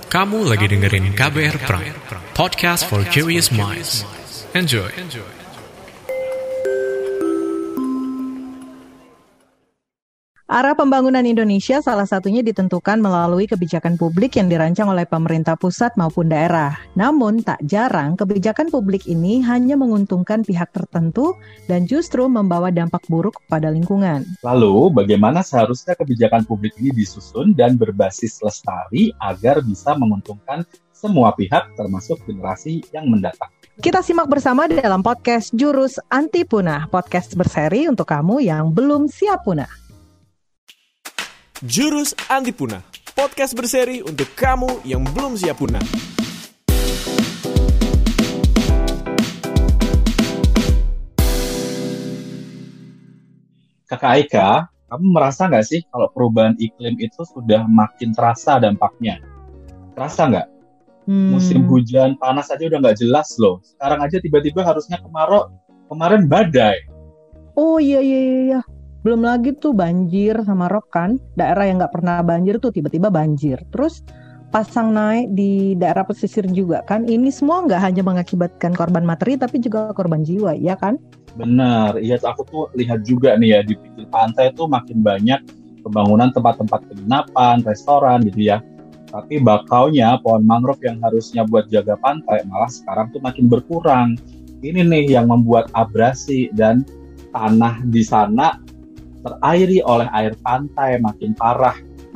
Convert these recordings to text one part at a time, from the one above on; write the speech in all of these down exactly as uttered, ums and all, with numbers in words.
Kamu lagi dengerin K B R Prime, podcast for curious minds. Enjoy. Arah pembangunan Indonesia salah satunya ditentukan melalui kebijakan publik yang dirancang oleh pemerintah pusat maupun daerah. Namun tak jarang kebijakan publik ini hanya menguntungkan pihak tertentu dan justru membawa dampak buruk pada lingkungan. Lalu bagaimana seharusnya kebijakan publik ini disusun dan berbasis lestari agar bisa menguntungkan semua pihak termasuk generasi yang mendatang? Kita simak bersama dalam podcast Jurus Anti Punah, podcast berseri untuk kamu yang belum siap punah. Jurus Anti Punah, podcast berseri untuk kamu yang belum siap punah. Kakak Aika, kamu merasa nggak sih kalau perubahan iklim itu sudah makin terasa dampaknya? Terasa nggak? Hmm. Musim hujan panas aja udah nggak jelas loh. Sekarang aja tiba-tiba harusnya kemarau, kemarin badai. Oh iya iya iya. Belum lagi tuh banjir sama rop kan, daerah yang nggak pernah banjir tuh tiba-tiba banjir. Terus pasang naik di daerah pesisir juga kan, ini semua nggak hanya mengakibatkan korban materi tapi juga korban jiwa, ya kan? Benar, iya aku tuh lihat juga nih ya, di pinggir pantai tuh makin banyak pembangunan tempat-tempat penginapan, restoran gitu ya. Tapi bakaunya pohon mangrove yang harusnya buat jaga pantai malah sekarang tuh makin berkurang. Ini nih yang membuat abrasi dan tanah di sana terairi oleh air pantai makin parah.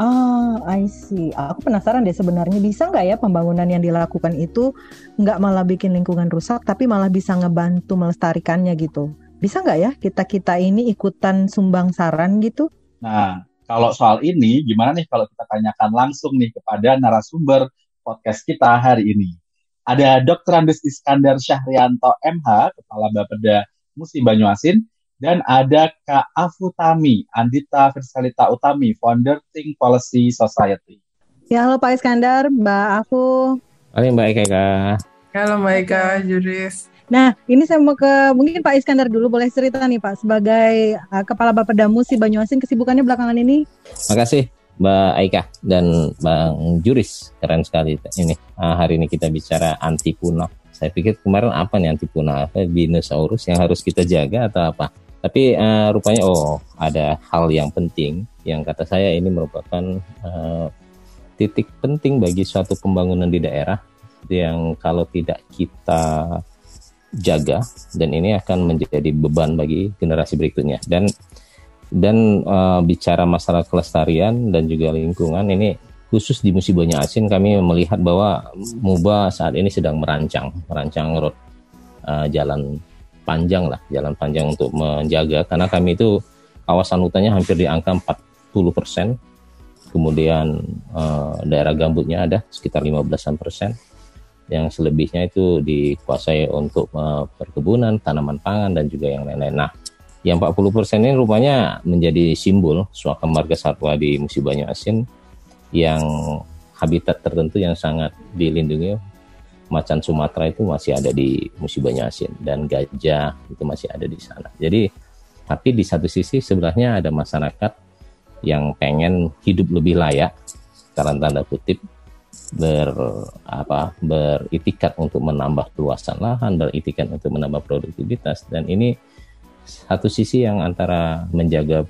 Ah, I see. Aku penasaran deh sebenarnya bisa nggak ya pembangunan yang dilakukan itu nggak malah bikin lingkungan rusak, tapi malah bisa ngebantu melestarikannya gitu. Bisa nggak ya kita-kita ini ikutan sumbang saran gitu? Nah, kalau soal ini gimana nih kalau kita tanyakan langsung nih kepada narasumber podcast kita hari ini. Ada doktor Andes Iskandar Syahrianto M H, Kepala Bapeda Musi Banyuasin, dan ada Kak Afutami, Andita Versalita Utami, Founder Think Policy Society. Ya, halo Pak Iskandar, Mbak Afu. Halo Mbak Eka. Halo Mbak Eka, Juris. Nah, ini saya mau ke, mungkin Pak Iskandar dulu, boleh cerita nih Pak, sebagai uh, Kepala Bapeda Musi Banyuasin, kesibukannya belakangan ini. Makasih Mbak Eka dan Bang Juris, keren sekali ini. Uh, hari ini kita bicara anti punah. Saya pikir kemarin apa nih anti punah, apa dinosaurus yang harus kita jaga atau apa? Tapi uh, rupanya oh ada hal yang penting yang kata saya ini merupakan uh, titik penting bagi suatu pembangunan di daerah yang kalau tidak kita jaga dan ini akan menjadi beban bagi generasi berikutnya. Dan dan uh, bicara masalah kelestarian dan juga lingkungan ini khusus di Musi Banyuasin kami melihat bahwa MUBA saat ini sedang merancang merancang road uh, jalan panjang lah, jalan panjang untuk menjaga, karena kami itu kawasan hutannya hampir di angka empat puluh persen, kemudian eh, daerah gambutnya ada sekitar lima belasan persen, yang selebihnya itu dikuasai untuk eh, perkebunan, tanaman pangan, dan juga yang lain-lain. Nah, yang empat puluh persen ini rupanya menjadi simbol suaka marga satwa di Musi Banyuasin yang habitat tertentu yang sangat dilindungi. Macan Sumatera itu masih ada di Musi Banyuasin dan gajah itu masih ada di sana. Jadi, tapi di satu sisi sebenarnya ada masyarakat yang pengen hidup lebih layak, dalam tanda kutip, ber apa beritikat untuk menambah luasan lahan, beritikat untuk menambah produktivitas, dan ini satu sisi yang antara menjaga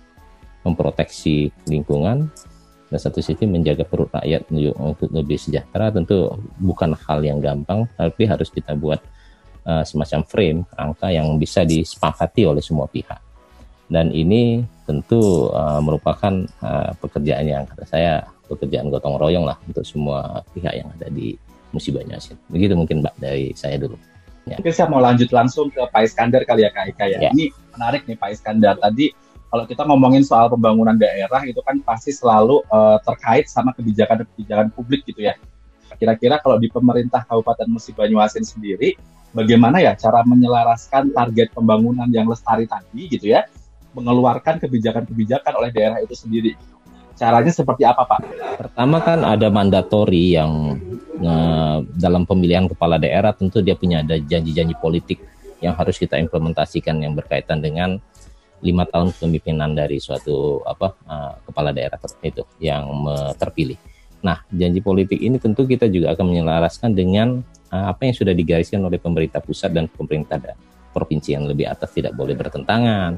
memproteksi lingkungan dan satu sisi menjaga perut rakyat untuk lebih sejahtera. Tentu bukan hal yang gampang, tapi harus kita buat uh, semacam frame, angka yang bisa disepakati oleh semua pihak. Dan ini tentu uh, merupakan uh, pekerjaan yang kata saya, pekerjaan gotong royong lah untuk semua pihak yang ada di Musi Banyuasin. Begitu mungkin Mbak dari saya dulu. Ya. Mungkin saya mau lanjut langsung ke Pak Iskandar kali ya Kak Ika ya. Ya. Ini menarik nih Pak Iskandar, tadi kalau kita ngomongin soal pembangunan daerah itu kan pasti selalu uh, terkait sama kebijakan-kebijakan publik gitu ya. Kira-kira kalau di pemerintah Kabupaten Musi Banyuasin sendiri, bagaimana ya cara menyelaraskan target pembangunan yang lestari tadi gitu ya, mengeluarkan kebijakan-kebijakan oleh daerah itu sendiri. Caranya seperti apa Pak? Pertama kan ada mandatori yang uh, dalam pemilihan kepala daerah tentu dia punya ada janji-janji politik yang harus kita implementasikan yang berkaitan dengan lima tahun kepemimpinan dari suatu apa uh, kepala daerah itu yang uh, terpilih. Nah, janji politik ini tentu kita juga akan menyelaraskan dengan uh, apa yang sudah digariskan oleh pemerintah pusat dan pemerintah da- provinsi yang lebih atas. Tidak boleh bertentangan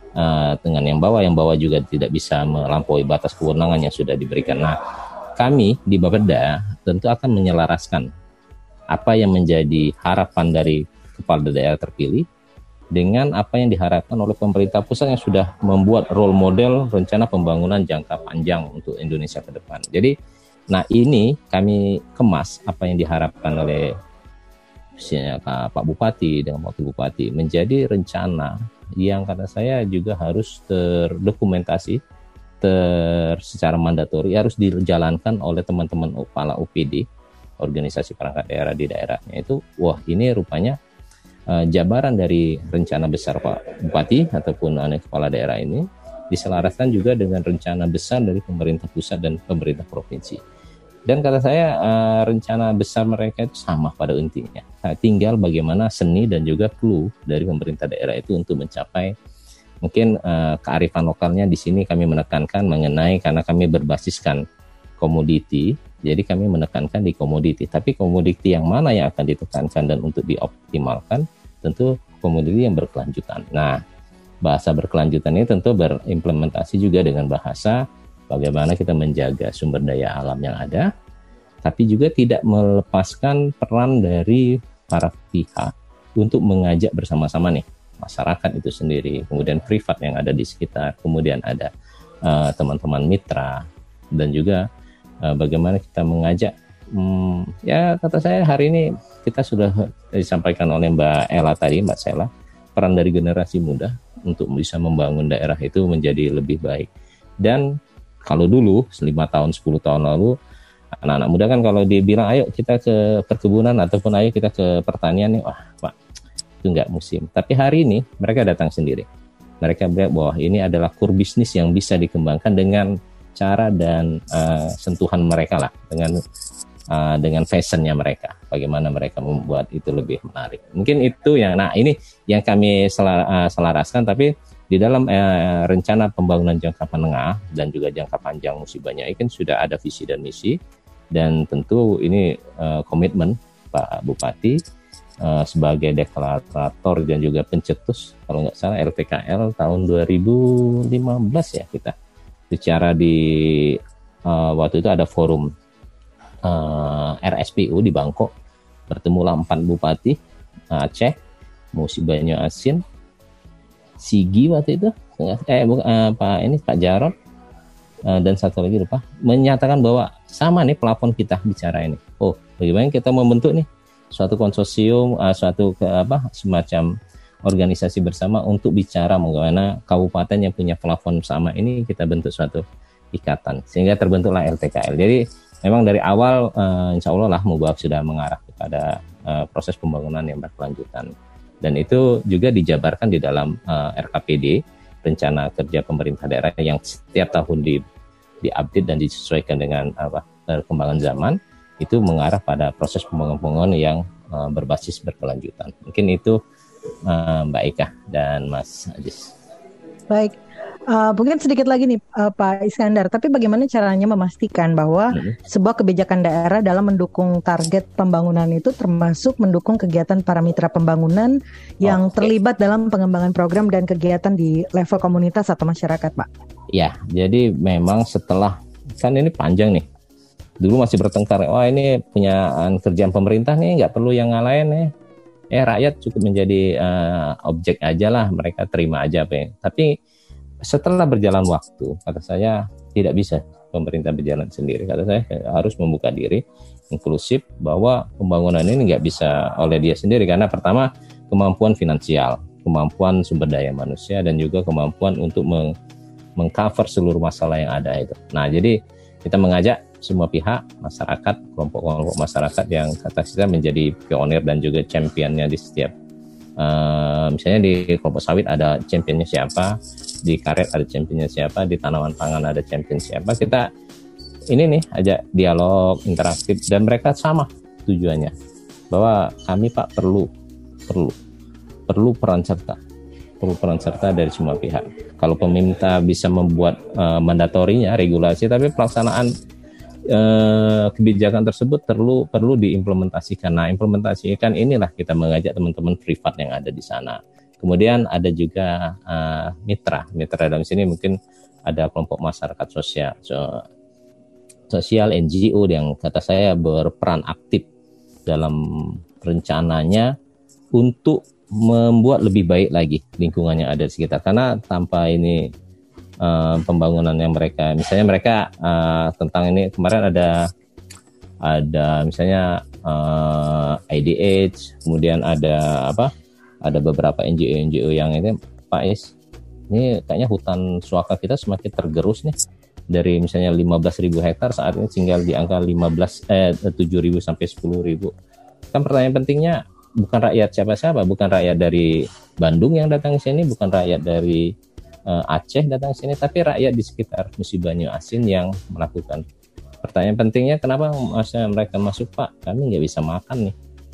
uh, dengan yang bawah, yang bawah juga tidak bisa melampaui batas kewenangan yang sudah diberikan. Nah, kami di Bapeda tentu akan menyelaraskan apa yang menjadi harapan dari kepala daerah terpilih dengan apa yang diharapkan oleh pemerintah pusat yang sudah membuat role model rencana pembangunan jangka panjang untuk Indonesia ke depan. Jadi, nah ini kami kemas apa yang diharapkan oleh misalnya Pak Bupati dengan Wakil Bupati menjadi rencana yang kata saya juga harus terdokumentasi ter, secara mandatori, harus dijalankan oleh teman-teman kepala O P D, organisasi perangkat daerah di daerahnya itu. Wah, ini rupanya Uh, jabaran dari rencana besar Pak Bupati ataupun uh, kepala daerah ini diselaraskan juga dengan rencana besar dari pemerintah pusat dan pemerintah provinsi. Dan kata saya uh, rencana besar mereka itu sama pada intinya. Nah, tinggal bagaimana seni dan juga clue dari pemerintah daerah itu untuk mencapai mungkin uh, kearifan lokalnya. Di sini kami menekankan mengenai karena kami berbasiskan komoditi. Jadi kami menekankan di komoditi. Tapi komoditi yang mana yang akan ditekankan dan untuk dioptimalkan? Tentu komoditi yang berkelanjutan. Nah, bahasa berkelanjutan ini tentu berimplementasi juga dengan bahasa bagaimana kita menjaga sumber daya alam yang ada, tapi juga tidak melepaskan peran dari para pihak untuk mengajak bersama-sama nih masyarakat itu sendiri, kemudian privat yang ada di sekitar, kemudian ada uh, teman-teman mitra, dan juga uh, bagaimana kita mengajak. Hmm, ya kata saya hari ini kita sudah disampaikan oleh Mbak Ella tadi, Mbak Sela, peran dari generasi muda untuk bisa membangun daerah itu menjadi lebih baik. Dan kalau dulu lima tahun, sepuluh tahun lalu anak-anak muda kan kalau dibilang ayo kita ke perkebunan ataupun ayo kita ke pertanian nih, wah Pak itu nggak musim. Tapi hari ini mereka datang sendiri. Mereka melihat bahwa ini adalah core bisnis yang bisa dikembangkan dengan cara dan uh, sentuhan mereka lah, dengan Uh, dengan fashionnya mereka, bagaimana mereka membuat itu lebih menarik. Mungkin itu yang, nah ini yang kami selar, uh, selaraskan, tapi di dalam uh, rencana pembangunan jangka menengah dan juga jangka panjang Musibah Nyai kan sudah ada visi dan misi, dan tentu ini uh, komitmen Pak Bupati uh, sebagai deklarator dan juga pencetus, kalau nggak salah L T K L tahun dua ribu lima belas ya kita bicara di uh, waktu itu ada forum Uh, R S P U di Bangkok, bertemulah empat bupati Aceh, Musi Banyu Asin, Sigi waktu itu, eh uh, Pak ini Pak Jarod, uh, dan satu lagi lupa, menyatakan bahwa sama nih plafon kita bicara ini. Oh, bagaimana kita membentuk nih suatu konsorsium, uh, suatu ke, apa semacam organisasi bersama untuk bicara bagaimana kabupaten yang punya plafon sama ini kita bentuk suatu ikatan sehingga terbentuklah L T K L. Jadi memang dari awal uh, insya Allah lah Mubaf sudah mengarah kepada uh, proses pembangunan yang berkelanjutan, dan itu juga dijabarkan di dalam uh, R K P D, rencana kerja pemerintah daerah yang setiap tahun di diupdate dan disesuaikan dengan apa perkembangan zaman, itu mengarah pada proses pembangunan yang uh, berbasis berkelanjutan. Mungkin itu uh, Mbak Ika dan Mas Ajis. Baik. Uh, mungkin sedikit lagi nih uh, Pak Iskandar, tapi bagaimana caranya memastikan bahwa hmm. sebuah kebijakan daerah dalam mendukung target pembangunan itu termasuk mendukung kegiatan para mitra pembangunan yang okay. terlibat dalam pengembangan program dan kegiatan di level komunitas atau masyarakat, Pak? Ya, jadi memang setelah, kan ini panjang nih, dulu masih bertengkar, wah ini punya kerjaan pemerintah nih, nggak perlu yang ngalahin nih, eh rakyat cukup menjadi uh, objek aja lah, mereka terima aja apa ya. Tapi setelah berjalan waktu, kata saya tidak bisa pemerintah berjalan sendiri. Kata saya harus membuka diri, inklusif, bahwa pembangunan ini nggak bisa oleh dia sendiri. Karena pertama kemampuan finansial, kemampuan sumber daya manusia, dan juga kemampuan untuk meng- mengcover seluruh masalah yang ada itu. Nah, jadi kita mengajak semua pihak, masyarakat, kelompok-kelompok masyarakat yang kata kita menjadi pionir dan juga championnya di setiap Uh, misalnya di kelompok sawit ada championnya siapa, di karet ada championnya siapa, di tanaman pangan ada champion siapa. Kita ini nih ajak dialog interaktif, dan mereka sama tujuannya bahwa kami Pak perlu perlu perlu peran serta perlu peran serta dari semua pihak. Kalau pemerintah bisa membuat uh, mandatorinya regulasi, tapi pelaksanaan eh, kebijakan tersebut perlu perlu diimplementasikan. Nah, implementasikan inilah kita mengajak teman-teman privat yang ada di sana. Kemudian ada juga uh, mitra, mitra dalam sini mungkin ada kelompok masyarakat sosial, so, sosial N G O yang kata saya berperan aktif dalam rencananya untuk membuat lebih baik lagi lingkungannya ada di sekitar. Karena tanpa ini uh, pembangunan yang mereka, misalnya mereka uh, tentang ini kemarin ada ada misalnya uh, I D H, kemudian ada apa? Ada beberapa N G O-N G O yang ini, Pak Is, ini kayaknya hutan suaka kita semakin tergerus nih. Dari misalnya lima belas ribu hektar saat ini tinggal di angka lima belas eh tujuh ribu sampai sepuluh ribu. Kan pertanyaan pentingnya bukan rakyat siapa-siapa, bukan rakyat dari Bandung yang datang ke sini, bukan rakyat dari uh, Aceh datang ke sini, tapi rakyat di sekitar Musi Banyuasin yang melakukan. Pertanyaan pentingnya kenapa masa mereka masuk, Pak? Kami nggak bisa makan nih,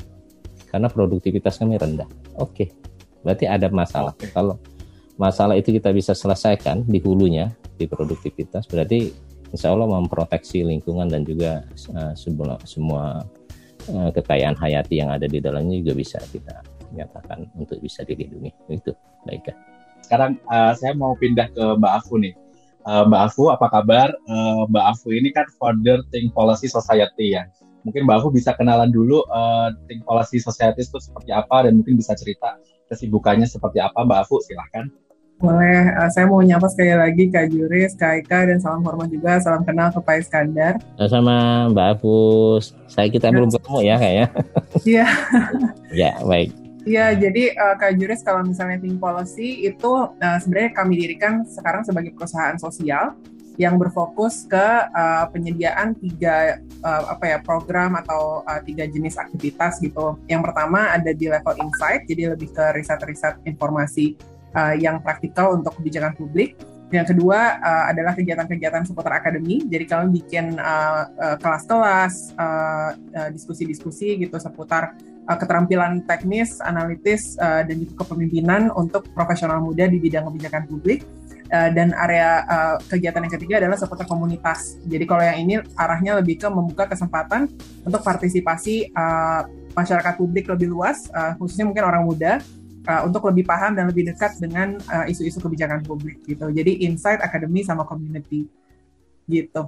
karena produktivitas kami rendah. Oke, berarti ada masalah. Oke. Kalau masalah itu kita bisa selesaikan di hulunya, di produktivitas, berarti insya Allah memproteksi lingkungan dan juga uh, semua, semua uh, kekayaan hayati yang ada di dalamnya juga bisa kita nyatakan untuk bisa dilindungi. Itu, baik. Sekarang uh, saya mau pindah ke Mbak Afu nih. Uh, Mbak Afu, apa kabar? Uh, Mbak Afu ini kan founder Think Policy Society ya. Mungkin Mbak Afu bisa kenalan dulu uh, Think Policy Society itu seperti apa dan mungkin bisa cerita kesibukannya seperti apa. Mbak Afu, silahkan. Boleh, uh, saya mau nyapa sekali lagi Kak Juris, Kak Aika, dan salam hormat juga, salam kenal ke Pak Iskandar. Sama Mbak Afus, saya kita ya. Belum ketemu ya kayaknya. Iya. Ya, baik. Iya, jadi uh, Kak Juris, kalau misalnya Think Policy itu uh, sebenarnya kami dirikan sekarang sebagai perusahaan sosial yang berfokus ke uh, penyediaan tiga uh, apa ya program atau uh, tiga jenis aktivitas gitu. Yang pertama ada di level insight, jadi lebih ke riset-riset informasi uh, yang praktikal untuk kebijakan publik. Yang kedua uh, adalah kegiatan-kegiatan seputar akademi, jadi kalian bikin uh, uh, kelas-kelas, uh, uh, diskusi-diskusi gitu seputar uh, keterampilan teknis, analitis, uh, dan juga kepemimpinan untuk profesional muda di bidang kebijakan publik. Uh, dan area uh, kegiatan yang ketiga adalah seputar komunitas. Jadi kalau yang ini arahnya lebih ke membuka kesempatan untuk partisipasi uh, masyarakat publik lebih luas, uh, khususnya mungkin orang muda, uh, untuk lebih paham dan lebih dekat dengan uh, isu-isu kebijakan publik gitu. Jadi insight, academy, sama community gitu.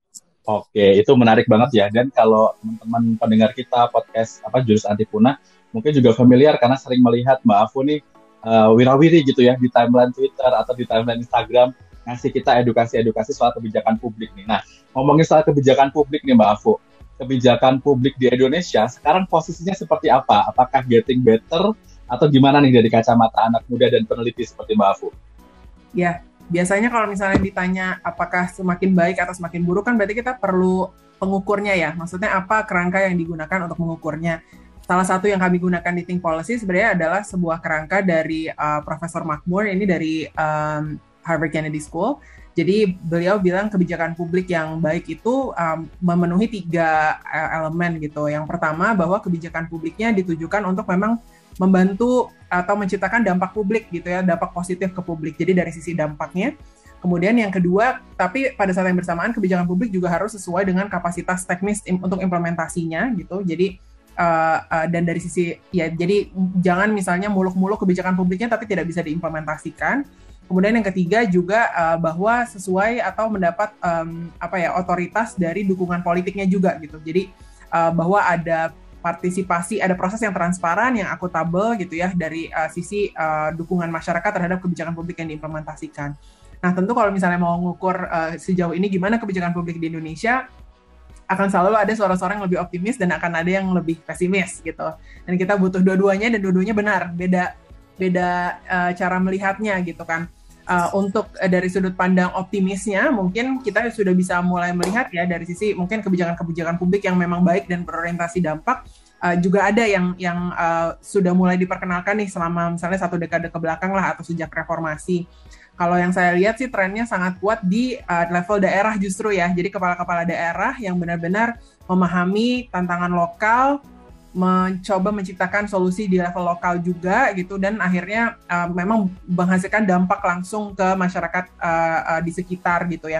Oke, itu menarik banget ya. Dan kalau teman-teman pendengar kita podcast apa Jurus Anti Punah mungkin juga familiar karena sering melihat Mbak Afu nih Uh, wirawiri gitu ya di timeline Twitter atau di timeline Instagram ngasih kita edukasi-edukasi soal kebijakan publik nih. Nah, ngomongin soal kebijakan publik nih Mbak Afu, kebijakan publik di Indonesia sekarang posisinya seperti apa? Apakah getting better atau gimana nih dari kacamata anak muda dan peneliti seperti Mbak Afu? Ya, biasanya kalau misalnya ditanya apakah semakin baik atau semakin buruk kan berarti kita perlu pengukurnya ya. Maksudnya apa kerangka yang digunakan untuk mengukurnya? Salah satu yang kami gunakan di Think Policy sebenarnya adalah sebuah kerangka dari uh, Profesor Makmur, ini dari um, Harvard Kennedy School. Jadi beliau bilang kebijakan publik yang baik itu um, memenuhi tiga uh, elemen gitu. Yang pertama bahwa kebijakan publiknya ditujukan untuk memang membantu atau menciptakan dampak publik gitu ya, dampak positif ke publik. Jadi dari sisi dampaknya. Kemudian yang kedua, tapi pada saat yang bersamaan kebijakan publik juga harus sesuai dengan kapasitas teknis im- untuk implementasinya gitu. Jadi Uh, uh, dan dari sisi ya jadi jangan misalnya muluk-muluk kebijakan publiknya tapi tidak bisa diimplementasikan. Kemudian yang ketiga juga uh, bahwa sesuai atau mendapat um, apa ya otoritas dari dukungan politiknya juga gitu. Jadi uh, bahwa ada partisipasi, ada proses yang transparan, yang akuntabel gitu ya dari uh, sisi uh, dukungan masyarakat terhadap kebijakan publik yang diimplementasikan. Nah tentu kalau misalnya mau mengukur uh, sejauh ini gimana kebijakan publik di Indonesia, akan selalu ada suara-suara yang lebih optimis dan akan ada yang lebih pesimis gitu. Dan kita butuh dua-duanya dan dua-duanya benar, beda beda uh, cara melihatnya gitu kan. Uh, untuk uh, dari sudut pandang optimisnya mungkin kita sudah bisa mulai melihat ya dari sisi mungkin kebijakan-kebijakan publik yang memang baik dan berorientasi dampak uh, juga ada yang yang uh, sudah mulai diperkenalkan nih selama misalnya satu dekade ke belakang lah atau sejak reformasi. Kalau yang saya lihat sih trennya sangat kuat di uh, level daerah justru ya. Jadi kepala-kepala daerah yang benar-benar memahami tantangan lokal, mencoba menciptakan solusi di level lokal juga gitu, dan akhirnya uh, memang menghasilkan dampak langsung ke masyarakat uh, uh, di sekitar gitu ya.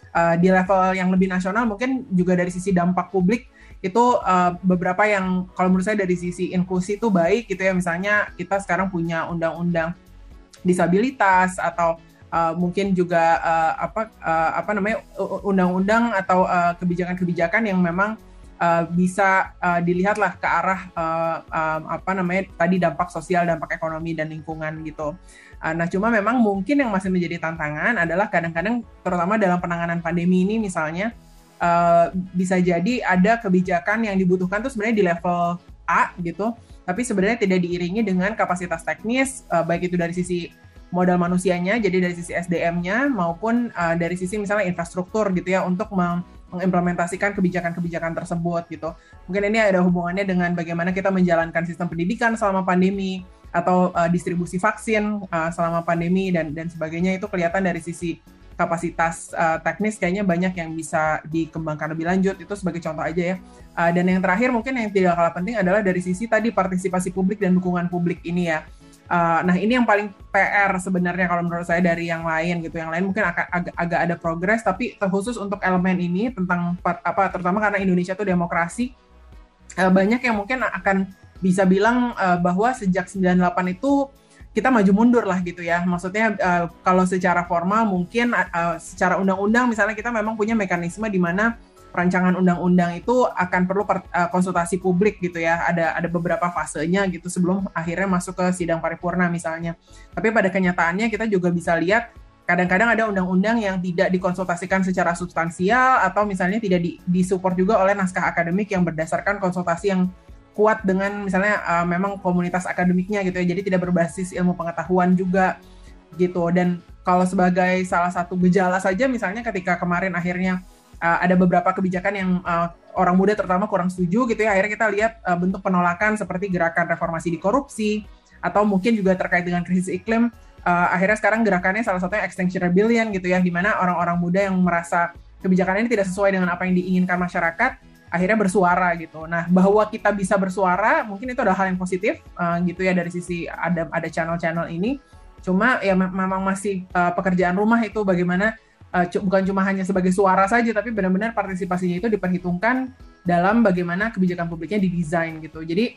uh, di level yang lebih nasional mungkin juga dari sisi dampak publik itu uh, beberapa yang kalau menurut saya dari sisi inklusi itu baik gitu ya. Misalnya kita sekarang punya undang-undang disabilitas atau uh, mungkin juga uh, apa uh, apa namanya undang-undang atau uh, kebijakan-kebijakan yang memang Uh, bisa uh, dilihatlah ke arah uh, um, apa namanya tadi dampak sosial, dampak ekonomi dan lingkungan gitu. Uh, nah cuma memang mungkin yang masih menjadi tantangan adalah kadang-kadang terutama dalam penanganan pandemi ini misalnya uh, bisa jadi ada kebijakan yang dibutuhkan tuh sebenarnya di level A gitu, tapi sebenarnya tidak diiringi dengan kapasitas teknis uh, baik itu dari sisi modal manusianya, jadi dari sisi S D M-nya maupun uh, dari sisi misalnya infrastruktur gitu ya untuk meng- mengimplementasikan kebijakan-kebijakan tersebut gitu. Mungkin ini ada hubungannya dengan bagaimana kita menjalankan sistem pendidikan selama pandemi atau uh, distribusi vaksin uh, selama pandemi dan dan sebagainya. Itu kelihatan dari sisi kapasitas uh, teknis kayaknya banyak yang bisa dikembangkan lebih lanjut. Itu sebagai contoh aja ya. Uh, dan yang terakhir mungkin yang tidak kalah penting adalah dari sisi tadi partisipasi publik dan dukungan publik ini ya. Uh, nah ini yang paling P R sebenarnya kalau menurut saya dari yang lain gitu. Yang lain mungkin agak, agak, agak ada progres, tapi terkhusus untuk elemen ini tentang apa terutama karena Indonesia itu demokrasi, uh, banyak yang mungkin akan bisa bilang uh, bahwa sejak sembilan puluh delapan itu kita maju mundur lah gitu ya. Maksudnya uh, kalau secara formal mungkin uh, secara undang-undang misalnya kita memang punya mekanisme di mana rancangan undang-undang itu akan perlu per, uh, konsultasi publik gitu ya. Ada ada beberapa fasenya gitu sebelum akhirnya masuk ke sidang paripurna misalnya. Tapi pada kenyataannya kita juga bisa lihat kadang-kadang ada undang-undang yang tidak dikonsultasikan secara substansial atau misalnya tidak di, disupport juga oleh naskah akademik yang berdasarkan konsultasi yang kuat dengan misalnya uh, memang komunitas akademiknya gitu ya. Jadi tidak berbasis ilmu pengetahuan juga gitu. Dan kalau sebagai salah satu gejala saja misalnya ketika kemarin akhirnya Uh, ada beberapa kebijakan yang uh, orang muda terutama kurang setuju gitu ya. Akhirnya kita lihat uh, bentuk penolakan seperti gerakan reformasi di korupsi atau mungkin juga terkait dengan krisis iklim. Uh, akhirnya sekarang gerakannya salah satunya Extinction Rebellion gitu ya, di mana orang-orang muda yang merasa kebijakan ini tidak sesuai dengan apa yang diinginkan masyarakat akhirnya bersuara gitu. Nah bahwa kita bisa bersuara mungkin itu adalah hal yang positif uh, gitu ya dari sisi ada ada channel-channel ini. Cuma ya me- memang masih uh, pekerjaan rumah itu bagaimana Uh, bukan cuma hanya sebagai suara saja, tapi benar-benar partisipasinya itu diperhitungkan dalam bagaimana kebijakan publiknya didesain gitu. Jadi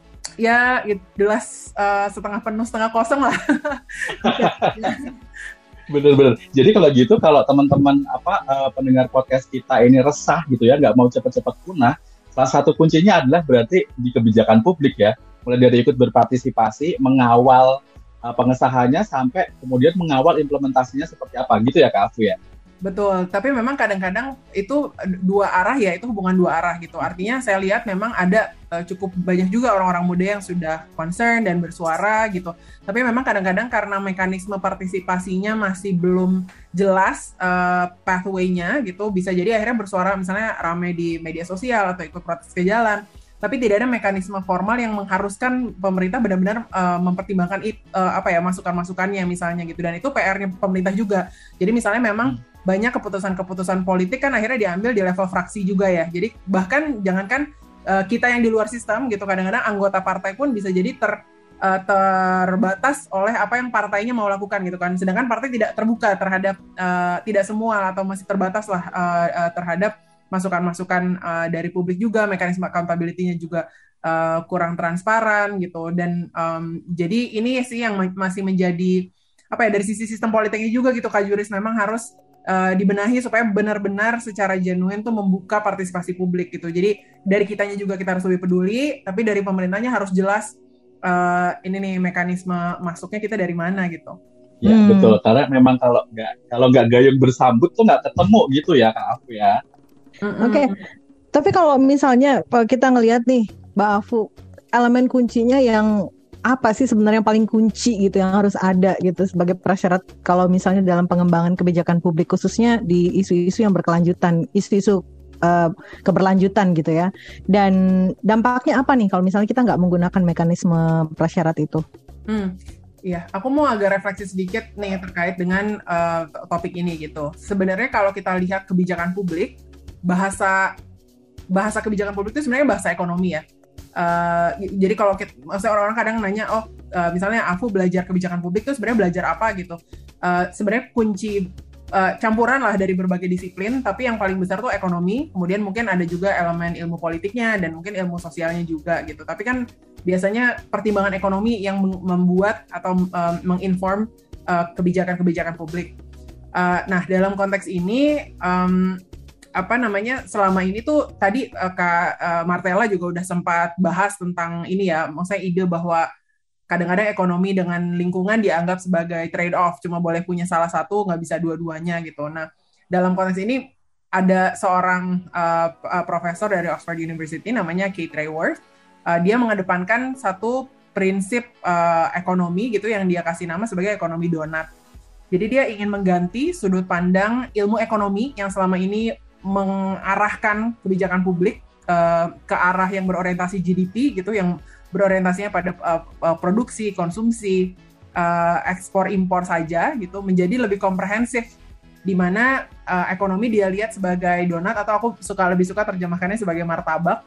ya jelas uh, setengah penuh setengah kosong lah. Bener-bener. Jadi kalau gitu, kalau teman-teman apa uh, pendengar podcast kita ini resah gitu ya, nggak mau cepat-cepat punah, salah satu kuncinya adalah berarti di kebijakan publik ya. Mulai dari ikut berpartisipasi, mengawal Uh, pengesahannya sampai kemudian mengawal implementasinya seperti apa gitu ya Kak Afu ya? Betul, tapi memang kadang-kadang itu dua arah ya, itu hubungan dua arah gitu. Artinya saya lihat memang ada uh, cukup banyak juga orang-orang muda yang sudah concern dan bersuara gitu. Tapi memang kadang-kadang karena mekanisme partisipasinya masih belum jelas uh, pathway-nya gitu, bisa jadi akhirnya bersuara misalnya ramai di media sosial atau ikut protes ke jalan. Tapi tidak ada mekanisme formal yang mengharuskan pemerintah benar-benar uh, mempertimbangkan it, uh, apa ya masukan-masukannya misalnya gitu, dan itu P R-nya pemerintah juga. Jadi misalnya memang hmm. banyak keputusan-keputusan politik kan akhirnya diambil di level fraksi juga ya. Jadi bahkan jangankan uh, kita yang di luar sistem gitu, kadang-kadang anggota partai pun bisa jadi ter uh, terbatas oleh apa yang partainya mau lakukan gitu kan. Sedangkan partai tidak terbuka terhadap uh, tidak semua atau masih terbatas lah uh, uh, terhadap masukan-masukan uh, dari publik juga, mekanisme accountability-nya juga uh, kurang transparan gitu. Dan um, jadi ini sih yang ma- masih menjadi apa ya dari sisi sistem politiknya juga gitu Kak Juris, memang harus uh, dibenahi supaya benar-benar secara genuine tuh membuka partisipasi publik gitu. Jadi dari kitanya juga kita harus lebih peduli, tapi dari pemerintahnya harus jelas uh, ini nih mekanisme masuknya kita dari mana gitu. Ya Hmm. betul, karena memang kalau nggak kalau nggak gayung bersambut tuh nggak ketemu gitu ya Kak Afu ya. Oke, okay. Tapi kalau misalnya kita ngelihat nih, Mbak Afu, elemen kuncinya yang apa sih sebenarnya yang paling kunci gitu yang harus ada gitu sebagai prasyarat kalau misalnya dalam pengembangan kebijakan publik khususnya di isu-isu yang berkelanjutan, isu-isu uh, keberlanjutan gitu ya. Dan dampaknya apa nih kalau misalnya kita nggak menggunakan mekanisme prasyarat itu? Hmm. Iya, aku mau agak refleksi sedikit nih terkait dengan uh, topik ini gitu. Sebenarnya kalau kita lihat kebijakan publik, bahasa bahasa kebijakan publik itu sebenarnya bahasa ekonomi ya. Uh, jadi kalau kita, maksudnya orang-orang kadang nanya, oh uh, misalnya aku belajar kebijakan publik itu sebenarnya belajar apa gitu. Uh, sebenarnya kunci uh, campuran lah dari berbagai disiplin, tapi yang paling besar tuh ekonomi, kemudian mungkin ada juga elemen ilmu politiknya dan mungkin ilmu sosialnya juga gitu. Tapi kan biasanya pertimbangan ekonomi yang membuat atau um, menginform uh, kebijakan-kebijakan publik. Uh, nah, dalam konteks ini um, apa namanya selama ini tuh tadi uh, Kak uh, Martella juga udah sempat bahas tentang ini ya, maksudnya ide bahwa kadang-kadang ekonomi dengan lingkungan dianggap sebagai trade-off, cuma boleh punya salah satu, nggak bisa dua-duanya gitu. Nah, dalam konteks ini ada seorang uh, uh, profesor dari Oxford University namanya Kate Raworth. Uh, dia mengedepankan satu prinsip uh, ekonomi gitu yang dia kasih nama sebagai ekonomi donat. Jadi dia ingin mengganti sudut pandang ilmu ekonomi yang selama ini mengarahkan kebijakan publik uh, ke arah yang berorientasi G D P gitu, yang berorientasinya pada uh, uh, produksi, konsumsi, uh, ekspor impor saja gitu, menjadi lebih komprehensif, di mana uh, ekonomi dia lihat sebagai donat, atau aku suka lebih suka terjemahkannya sebagai martabak,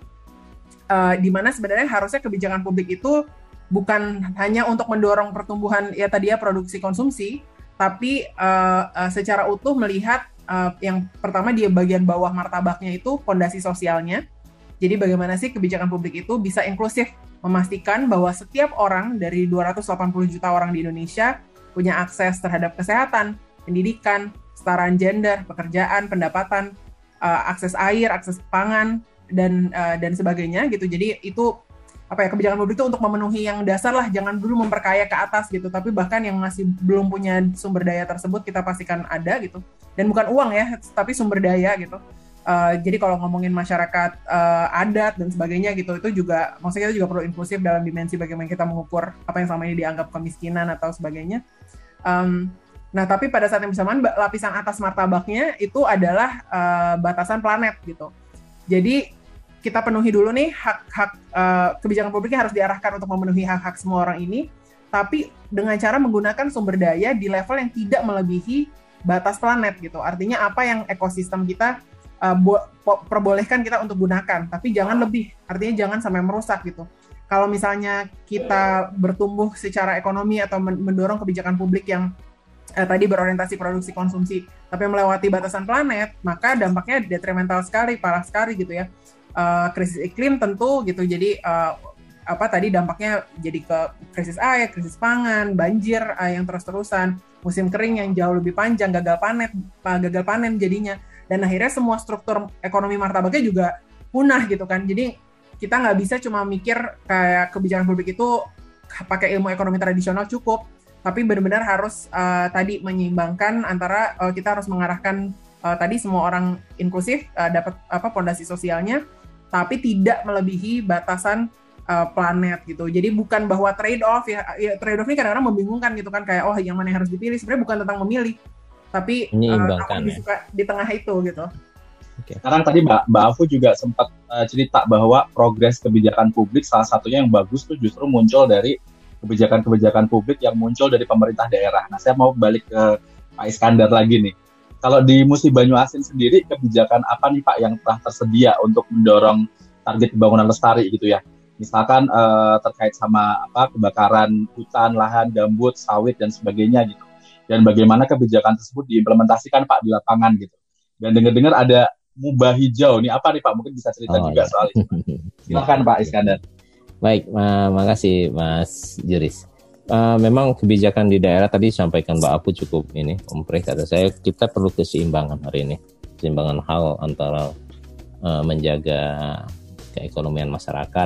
uh, di mana sebenarnya harusnya kebijakan publik itu bukan hanya untuk mendorong pertumbuhan ya tadi ya produksi konsumsi, tapi uh, uh, secara utuh melihat uh, yang pertama di bagian bawah martabaknya itu fondasi sosialnya. Jadi bagaimana sih kebijakan publik itu bisa inklusif, memastikan bahwa setiap orang dari dua ratus delapan puluh juta orang di Indonesia punya akses terhadap kesehatan, pendidikan, kesetaraan gender, pekerjaan, pendapatan, uh, akses air, akses pangan, dan uh, dan sebagainya gitu. Jadi itu apa ya, kebijakan publik itu untuk memenuhi yang dasar lah, jangan dulu memperkaya ke atas gitu, tapi bahkan yang masih belum punya sumber daya tersebut kita pastikan ada gitu. Dan bukan uang ya, tapi sumber daya gitu. Uh, jadi kalau ngomongin masyarakat uh, adat dan sebagainya gitu, itu juga maksudnya kita juga perlu inklusif dalam dimensi bagaimana kita mengukur apa yang selama ini dianggap kemiskinan atau sebagainya. Um, nah tapi pada saat yang bersamaan lapisan atas martabaknya itu adalah uh, batasan planet gitu. Jadi kita penuhi dulu nih hak-hak uh, kebijakan publiknya harus diarahkan untuk memenuhi hak-hak semua orang ini, tapi dengan cara menggunakan sumber daya di level yang tidak melebihi batas planet gitu. Artinya apa yang ekosistem kita Uh, bo- po- perbolehkan kita untuk gunakan, tapi jangan lebih, artinya jangan sampai merusak gitu. Kalau misalnya kita bertumbuh secara ekonomi atau men- mendorong kebijakan publik yang uh, tadi berorientasi produksi konsumsi, tapi melewati batasan planet, maka dampaknya detrimental sekali, parah sekali gitu ya. Uh, krisis iklim tentu gitu, jadi uh, apa tadi dampaknya jadi ke krisis air, krisis pangan, banjir uh, yang terus-terusan, musim kering yang jauh lebih panjang, gagal panen, uh, gagal panen jadinya. Dan akhirnya semua struktur ekonomi martabaknya juga punah gitu kan. Jadi kita nggak bisa cuma mikir kayak kebijakan publik itu pakai ilmu ekonomi tradisional cukup, tapi benar-benar harus uh, tadi menyeimbangkan antara uh, kita harus mengarahkan uh, tadi semua orang inklusif, uh, dapat apa fondasi sosialnya, tapi tidak melebihi batasan uh, planet gitu. Jadi bukan bahwa trade off ya, ya trade off ini kadang-kadang membingungkan gitu kan, kayak oh yang mana yang harus dipilih, sebenarnya bukan tentang memilih, tapi uh, aku lebih suka di tengah itu gitu. Okay. Sekarang tadi Mbak, Mbak Afu juga sempat uh, cerita bahwa progres kebijakan publik salah satunya yang bagus tuh justru muncul dari kebijakan-kebijakan publik yang muncul dari pemerintah daerah. Nah saya mau balik ke Pak Iskandar lagi nih. Kalau di Musi Banyuasin sendiri kebijakan apa nih Pak yang telah tersedia untuk mendorong target pembangunan lestari gitu ya? Misalkan uh, terkait sama apa kebakaran hutan, lahan, gambut, sawit dan sebagainya gitu. Dan bagaimana kebijakan tersebut diimplementasikan Pak di lapangan gitu. Dan dengar-dengar ada mubah hijau, ini apa nih Pak? Mungkin bisa cerita oh, juga ya. Soal itu. Silakan Pak Iskandar. Baik, uh, makasih Mas Juris. Uh, memang kebijakan di daerah tadi disampaikan Mbak Apu cukup ini, kompreh kata saya, kita perlu keseimbangan hari ini. Keseimbangan hal antara uh, menjaga keekonomian masyarakat,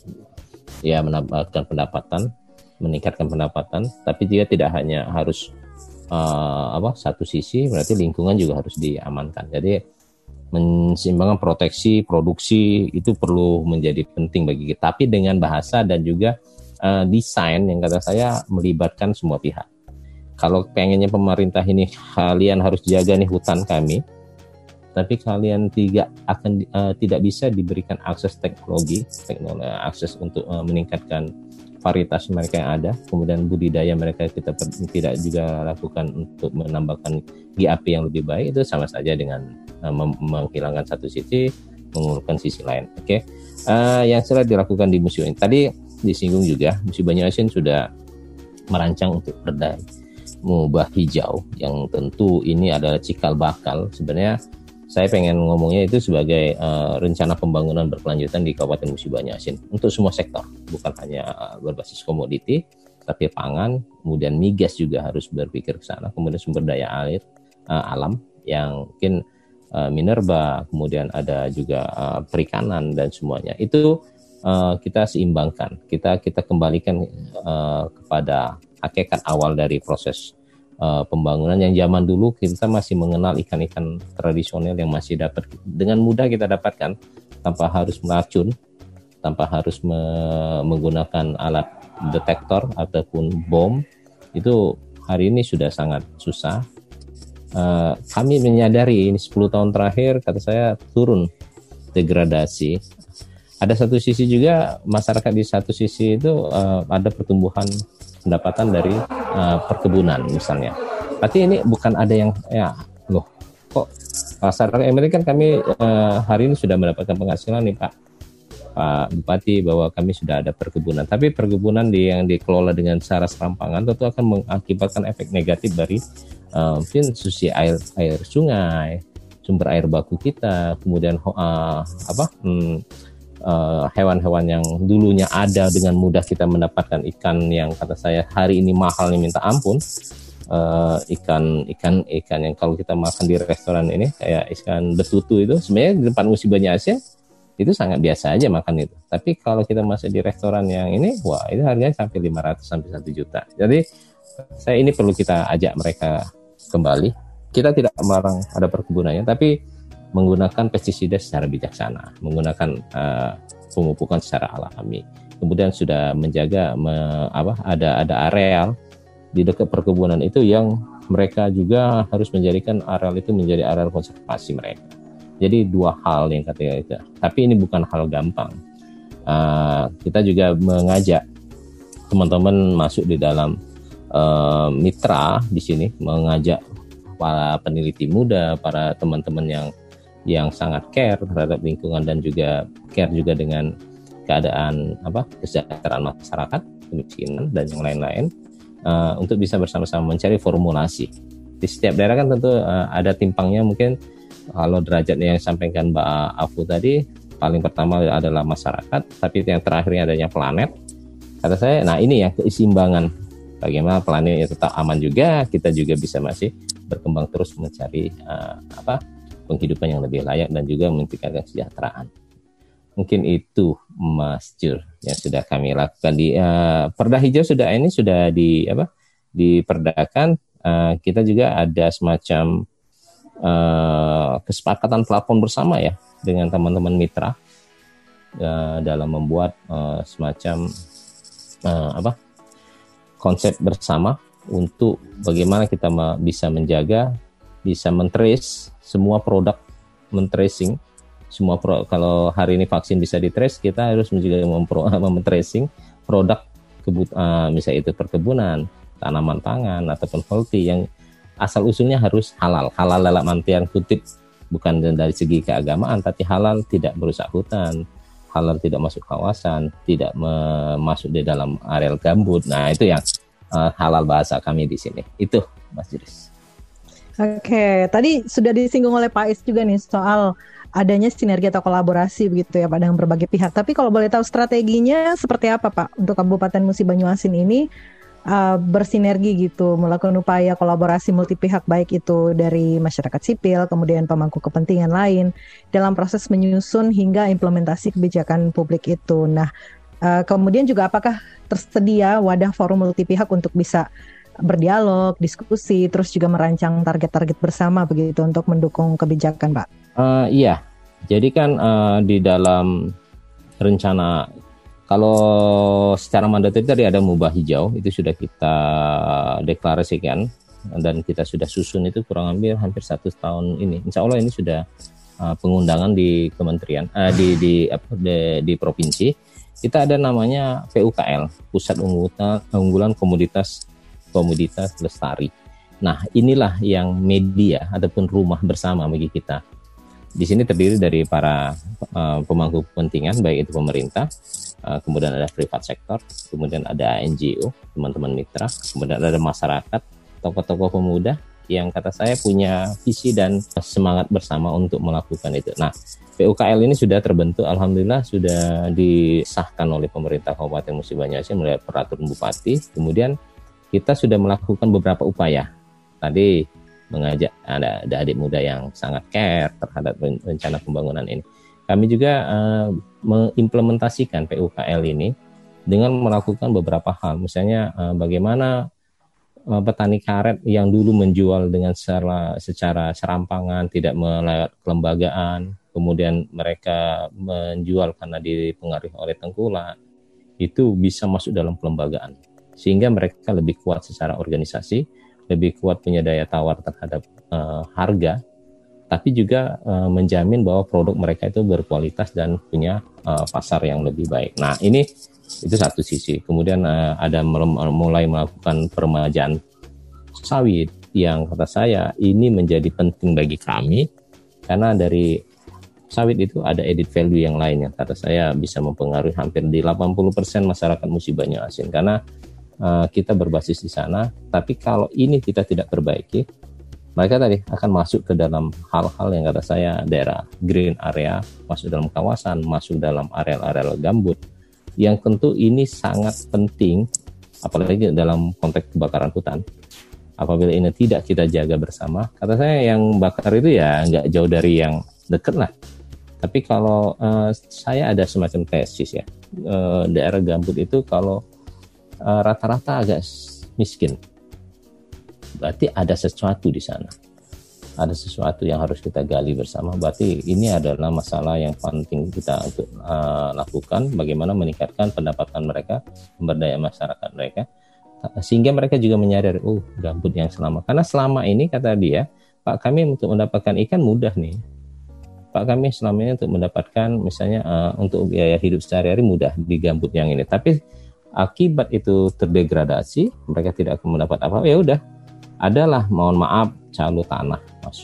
ya menambahkan pendapatan, meningkatkan pendapatan, tapi juga tidak hanya harus Uh, apa satu sisi, berarti lingkungan juga harus diamankan. Jadi menseimbangkan proteksi, produksi itu perlu menjadi penting bagi kita. Tapi dengan bahasa dan juga uh, desain yang kata saya melibatkan semua pihak. Kalau pengennya pemerintah ini kalian harus jaga nih hutan kami, tapi kalian tidak akan uh, tidak bisa diberikan akses teknologi, teknologi akses untuk uh, meningkatkan varietas mereka yang ada, kemudian budidaya mereka kita per, tidak juga lakukan untuk menambahkan G A P yang lebih baik, itu sama saja dengan uh, mem- menghilangkan satu sisi, mengurungkan sisi lain. Oke, okay? uh, yang sudah dilakukan di museum ini tadi disinggung juga, Museum Banyuasin sudah merancang untuk perda mubah hijau yang tentu ini adalah cikal bakal. Sebenarnya saya pengen ngomongnya itu sebagai uh, rencana pembangunan berkelanjutan di Kabupaten Musi Banyuasin untuk semua sektor, bukan hanya berbasis komoditi, tapi pangan, kemudian migas juga harus berpikir ke sana, kemudian sumber daya air uh, alam yang mungkin uh, minerba, kemudian ada juga uh, perikanan dan semuanya itu uh, kita seimbangkan, kita kita kembalikan uh, kepada hakikat awal dari proses uh, pembangunan yang zaman dulu kita masih mengenal ikan-ikan tradisional yang masih dapat dengan mudah kita dapatkan tanpa harus meracun, tanpa harus me- menggunakan alat detektor ataupun bom. Itu hari ini sudah sangat susah. Uh, kami menyadari ini sepuluh tahun terakhir kata saya turun degradasi. Ada satu sisi juga masyarakat di satu sisi itu uh, ada pertumbuhan pendapatan dari uh, perkebunan misalnya. Tapi ini bukan ada yang ya loh kok masyarakat yang penting kan kami uh, hari ini sudah mendapatkan penghasilan nih Pak Pak Bupati bahwa kami sudah ada perkebunan. Tapi perkebunan di, yang dikelola dengan cara serampangan tentu akan mengakibatkan efek negatif dari uh, mungkin susi air air sungai, sumber air baku kita, kemudian uh, apa? Hmm, Uh, hewan-hewan yang dulunya ada dengan mudah kita mendapatkan ikan yang kata saya hari ini mahalnya minta ampun, uh, ikan ikan ikan yang kalau kita makan di restoran ini kayak ikan betutu itu sebenarnya di depan Musi Banyuasin itu sangat biasa aja makan itu, tapi kalau kita masuk di restoran yang ini wah itu harganya sampai lima ratus sampai satu juta. Jadi saya ini perlu kita ajak mereka kembali, kita tidak melarang ada perkebunannya tapi menggunakan pestisida secara bijaksana, menggunakan uh, pemupukan secara alami. Kemudian sudah menjaga me, apa ada ada areal di dekat perkebunan itu yang mereka juga harus menjadikan areal itu menjadi areal konservasi mereka. Jadi dua hal yang ketiga itu. Tapi ini bukan hal gampang. Uh, kita juga mengajak teman-teman masuk di dalam uh, mitra di sini, mengajak para peneliti muda, para teman-teman yang yang sangat care terhadap lingkungan dan juga care juga dengan keadaan apa kesejahteraan masyarakat, kemiskinan dan yang lain-lain uh, untuk bisa bersama-sama mencari formulasi. Di setiap daerah kan tentu uh, ada timpangnya, mungkin kalau derajatnya yang disampaikan Mbak Afu tadi paling pertama adalah masyarakat, tapi yang terakhirnya adanya planet. Kata saya, nah ini ya keseimbangan bagaimana planetnya tetap aman juga, kita juga bisa masih berkembang terus mencari uh, apa penghidupan yang lebih layak dan juga meningkatkan kesejahteraan. Mungkin itu Mas Jur yang sudah kami lakukan di uh, Perda Hijau sudah ini sudah di apa diperdakan. Uh, kita juga ada semacam uh, kesepakatan platform bersama ya dengan teman-teman mitra uh, dalam membuat uh, semacam uh, apa konsep bersama untuk bagaimana kita ma- bisa menjaga, bisa men-trace semua produk, men-tracing semua pro, kalau hari ini vaksin bisa di-trace, kita harus juga men-tracing produk kebut, uh, misalnya itu perkebunan, tanaman pangan ataupun healthy yang asal usulnya harus halal. Halal dalam artian kutip bukan dari segi keagamaan, tapi halal tidak merusak hutan, halal tidak masuk kawasan, tidak me- masuk di dalam areal gambut. Nah itu yang uh, halal bahasa kami di sini. Itu Mas Juris. Oke, tadi sudah disinggung oleh Pak Is juga nih soal adanya sinergi atau kolaborasi begitu ya Pak dengan berbagai pihak. Tapi kalau boleh tahu strateginya seperti apa Pak untuk Kabupaten Musi Banyuasin ini uh, bersinergi gitu, melakukan upaya kolaborasi multi pihak baik itu dari masyarakat sipil, kemudian pemangku kepentingan lain dalam proses menyusun hingga implementasi kebijakan publik itu. Nah, uh, kemudian juga apakah tersedia wadah forum multi pihak untuk bisa berdialog, diskusi, terus juga merancang target-target bersama begitu untuk mendukung kebijakan, Pak? Uh, iya, jadi kan uh, di dalam rencana kalau secara mandatori tadi ada mubah hijau itu sudah kita deklarasikan dan kita sudah susun itu kurang lebih hampir satu tahun ini. Insya Allah ini sudah uh, pengundangan di kementerian, uh, di di, di di provinsi. Kita ada namanya P U K L, Pusat Unggulan, Unggulan Komoditas Komoditas Lestari. Nah, inilah yang media ataupun rumah bersama bagi kita. Di sini terdiri dari para uh, pemangku kepentingan, baik itu pemerintah, uh, kemudian ada private sector, kemudian ada N G O, teman-teman mitra, kemudian ada masyarakat, tokoh-tokoh pemuda yang kata saya punya visi dan semangat bersama untuk melakukan itu. Nah, P U K L ini sudah terbentuk, alhamdulillah sudah disahkan oleh pemerintah Kabupaten Musi Banyuasin melalui peraturan bupati. Kemudian kita sudah melakukan beberapa upaya. Tadi mengajak ada, ada adik muda yang sangat care terhadap rencana pembangunan ini. Kami juga uh, mengimplementasikan P U K L ini dengan melakukan beberapa hal. Misalnya uh, bagaimana petani karet yang dulu menjual dengan secara, secara serampangan, tidak melewat kelembagaan, kemudian mereka menjual karena dipengaruhi oleh tengkulak, itu bisa masuk dalam kelembagaan. Sehingga mereka lebih kuat secara organisasi, lebih kuat punya daya tawar terhadap uh, harga, tapi juga uh, menjamin bahwa produk mereka itu berkualitas dan punya uh, pasar yang lebih baik. Nah, ini itu satu sisi. Kemudian uh, ada mulai melakukan peremajaan sawit yang kata saya ini menjadi penting bagi kami karena dari sawit itu ada added value yang lain yang kata saya bisa mempengaruhi hampir di delapan puluh persen masyarakat Musi Banyuasin karena uh, kita berbasis di sana. Tapi kalau ini kita tidak perbaiki, mereka tadi akan masuk ke dalam hal-hal yang kata saya daerah green area, masuk dalam kawasan, masuk dalam area-area gambut. Yang tentu ini sangat penting, apalagi dalam konteks kebakaran hutan. Apabila ini tidak kita jaga bersama, kata saya yang bakar itu ya nggak jauh dari yang dekat lah. Tapi kalau uh, saya ada semacam tesis ya, uh, daerah gambut itu kalau uh, rata-rata agak miskin, berarti ada sesuatu di sana. Ada sesuatu yang harus kita gali bersama. Berarti ini adalah masalah yang penting kita untuk uh, lakukan. Bagaimana meningkatkan pendapatan mereka, pemberdayaan masyarakat mereka, sehingga mereka juga menyadari, oh gambut yang selama. Karena selama ini kata dia, Pak kami untuk mendapatkan ikan mudah nih. Pak kami selama ini untuk mendapatkan misalnya uh, untuk biaya hidup sehari-hari mudah di gambut yang ini. Tapi akibat itu terdegradasi, mereka tidak akan mendapat apa-apa. Ya udah. Adalah mohon maaf calo tanah masuk.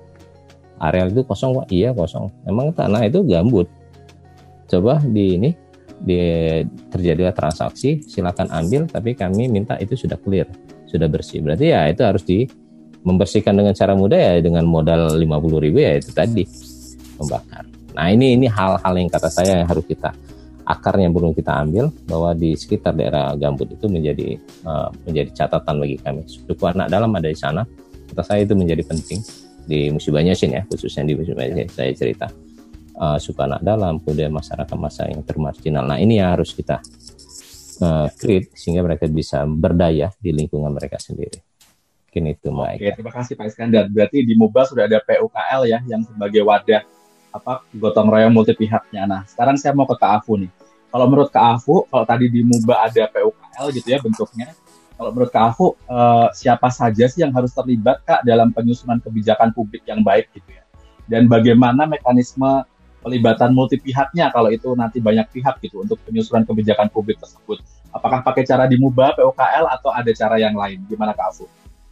Areal itu kosong Pak, iya kosong. Emang tanah itu gambut. Coba di ini di terjadilah transaksi, silakan ambil, tapi kami minta itu sudah clear, sudah bersih. Berarti ya itu harus di membersihkan dengan cara mudah ya dengan modal lima puluh ribu ya itu tadi membakar. Nah ini ini hal-hal yang kata saya yang harus kita akarnya belum kita ambil bahwa di sekitar daerah gambut itu menjadi uh, menjadi catatan bagi kami. Suku anak dalam ada di sana. Kata saya itu menjadi penting di Musi Banyuasin ya, khususnya di Musi Banyuasin saya cerita. Uh, suku anak dalam, kemudian masyarakat masa yang termarginal. Nah ini yang harus kita uh, create sehingga mereka bisa berdaya di lingkungan mereka sendiri. Mungkin itu Mbak. Oke, terima kasih Pak Iskandar. Berarti di MUBA sudah ada P U K L ya yang sebagai wadah apa gotong royong multi pihaknya. Nah, sekarang saya mau ke Kak Afu nih. Kalau menurut Kak Afu, kalau tadi di MUBA ada P U K L gitu ya bentuknya. Kalau menurut Kak Afu, eh, siapa saja sih yang harus terlibat Kak dalam penyusunan kebijakan publik yang baik gitu ya? Dan bagaimana mekanisme pelibatan multi pihaknya kalau itu nanti banyak pihak gitu untuk penyusunan kebijakan publik tersebut? Apakah pakai cara di MUBA, P U K L atau ada cara yang lain? Gimana Kak Afu?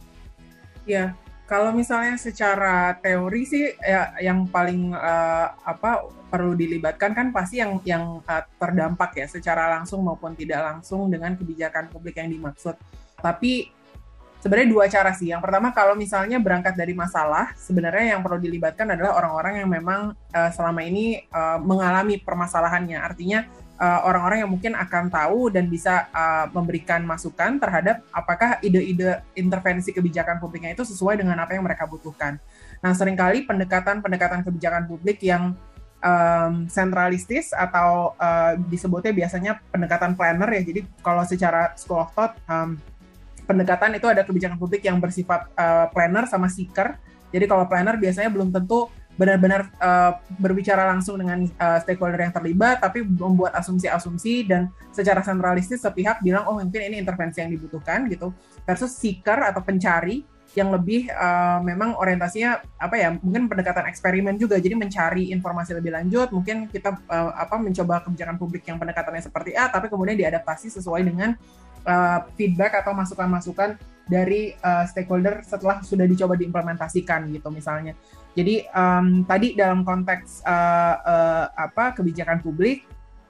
Ya. Kalau misalnya secara teori sih ya, yang paling uh, apa perlu dilibatkan kan pasti yang yang uh, terdampak ya secara langsung maupun tidak langsung dengan kebijakan publik yang dimaksud. Tapi sebenarnya dua cara sih. Yang pertama kalau misalnya berangkat dari masalah, sebenarnya yang perlu dilibatkan adalah orang-orang yang memang uh, selama ini uh, mengalami permasalahannya. Artinya Uh, orang-orang yang mungkin akan tahu dan bisa uh, memberikan masukan terhadap apakah ide-ide intervensi kebijakan publiknya itu sesuai dengan apa yang mereka butuhkan. Nah, seringkali pendekatan-pendekatan kebijakan publik yang um, sentralistis atau uh, disebutnya biasanya pendekatan planner ya. Jadi kalau secara school of thought, um, pendekatan itu ada kebijakan publik yang bersifat uh, planner sama seeker. Jadi kalau planner biasanya belum tentu benar-benar uh, berbicara langsung dengan uh, stakeholder yang terlibat, tapi membuat asumsi-asumsi dan secara sentralistis sepihak bilang, oh mungkin ini intervensi yang dibutuhkan gitu, versus seeker atau pencari yang lebih uh, memang orientasinya apa ya, mungkin pendekatan eksperimen juga, jadi mencari informasi lebih lanjut, mungkin kita uh, apa mencoba kebijakan publik yang pendekatannya seperti A, tapi kemudian diadaptasi sesuai dengan uh, feedback atau masukan-masukan dari uh, stakeholder setelah sudah dicoba diimplementasikan gitu misalnya. Jadi um, tadi dalam konteks uh, uh, apa kebijakan publik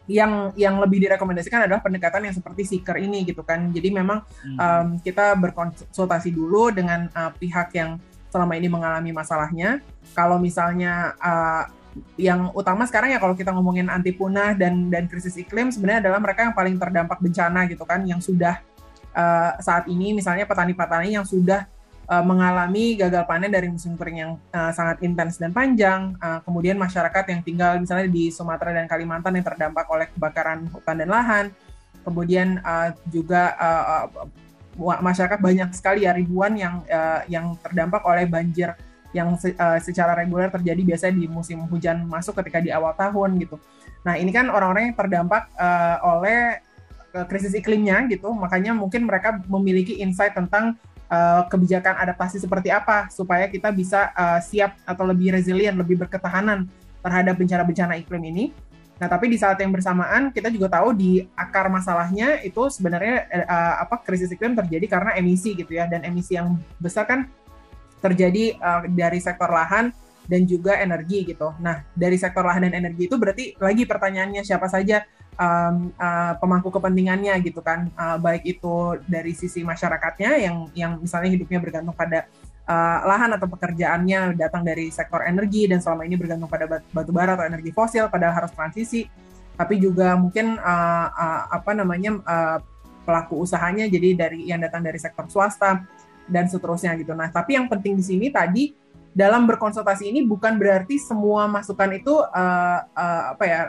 yang yang lebih direkomendasikan adalah pendekatan yang seperti seeker ini gitu kan. Jadi memang hmm. um, kita berkonsultasi dulu dengan uh, pihak yang selama ini mengalami masalahnya. Kalau misalnya uh, yang utama sekarang ya kalau kita ngomongin anti punah dan dan krisis iklim sebenarnya adalah mereka yang paling terdampak bencana gitu kan, yang sudah uh, saat ini misalnya petani-petani yang sudah Uh, mengalami gagal panen dari musim kering yang uh, sangat intens dan panjang, uh, kemudian masyarakat yang tinggal misalnya di Sumatera dan Kalimantan yang terdampak oleh kebakaran hutan dan lahan, kemudian uh, juga uh, uh, masyarakat banyak sekali ya ribuan yang uh, yang terdampak oleh banjir yang se- uh, secara reguler terjadi biasanya di musim hujan masuk ketika di awal tahun gitu. Nah ini kan orang-orang yang terdampak uh, oleh uh, krisis iklimnya gitu, makanya mungkin mereka memiliki insight tentang Uh, kebijakan adaptasi seperti apa supaya kita bisa uh, siap atau lebih resilient, lebih berketahanan terhadap bencana-bencana iklim ini. Nah, tapi di saat yang bersamaan kita juga tahu di akar masalahnya itu sebenarnya uh, apa krisis iklim terjadi karena emisi gitu ya, dan emisi yang besar kan terjadi uh, dari sektor lahan dan juga energi gitu. Nah, dari sektor lahan dan energi itu berarti lagi pertanyaannya siapa saja Um, uh, pemangku kepentingannya gitu kan, uh, baik itu dari sisi masyarakatnya yang yang misalnya hidupnya bergantung pada uh, lahan atau pekerjaannya datang dari sektor energi dan selama ini bergantung pada bat- batu bara atau energi fosil padahal harus transisi, tapi juga mungkin uh, uh, apa namanya uh, pelaku usahanya jadi dari yang datang dari sektor swasta dan seterusnya gitu. Nah, tapi yang penting di sini tadi dalam berkonsultasi ini bukan berarti semua masukan itu uh, uh, apa ya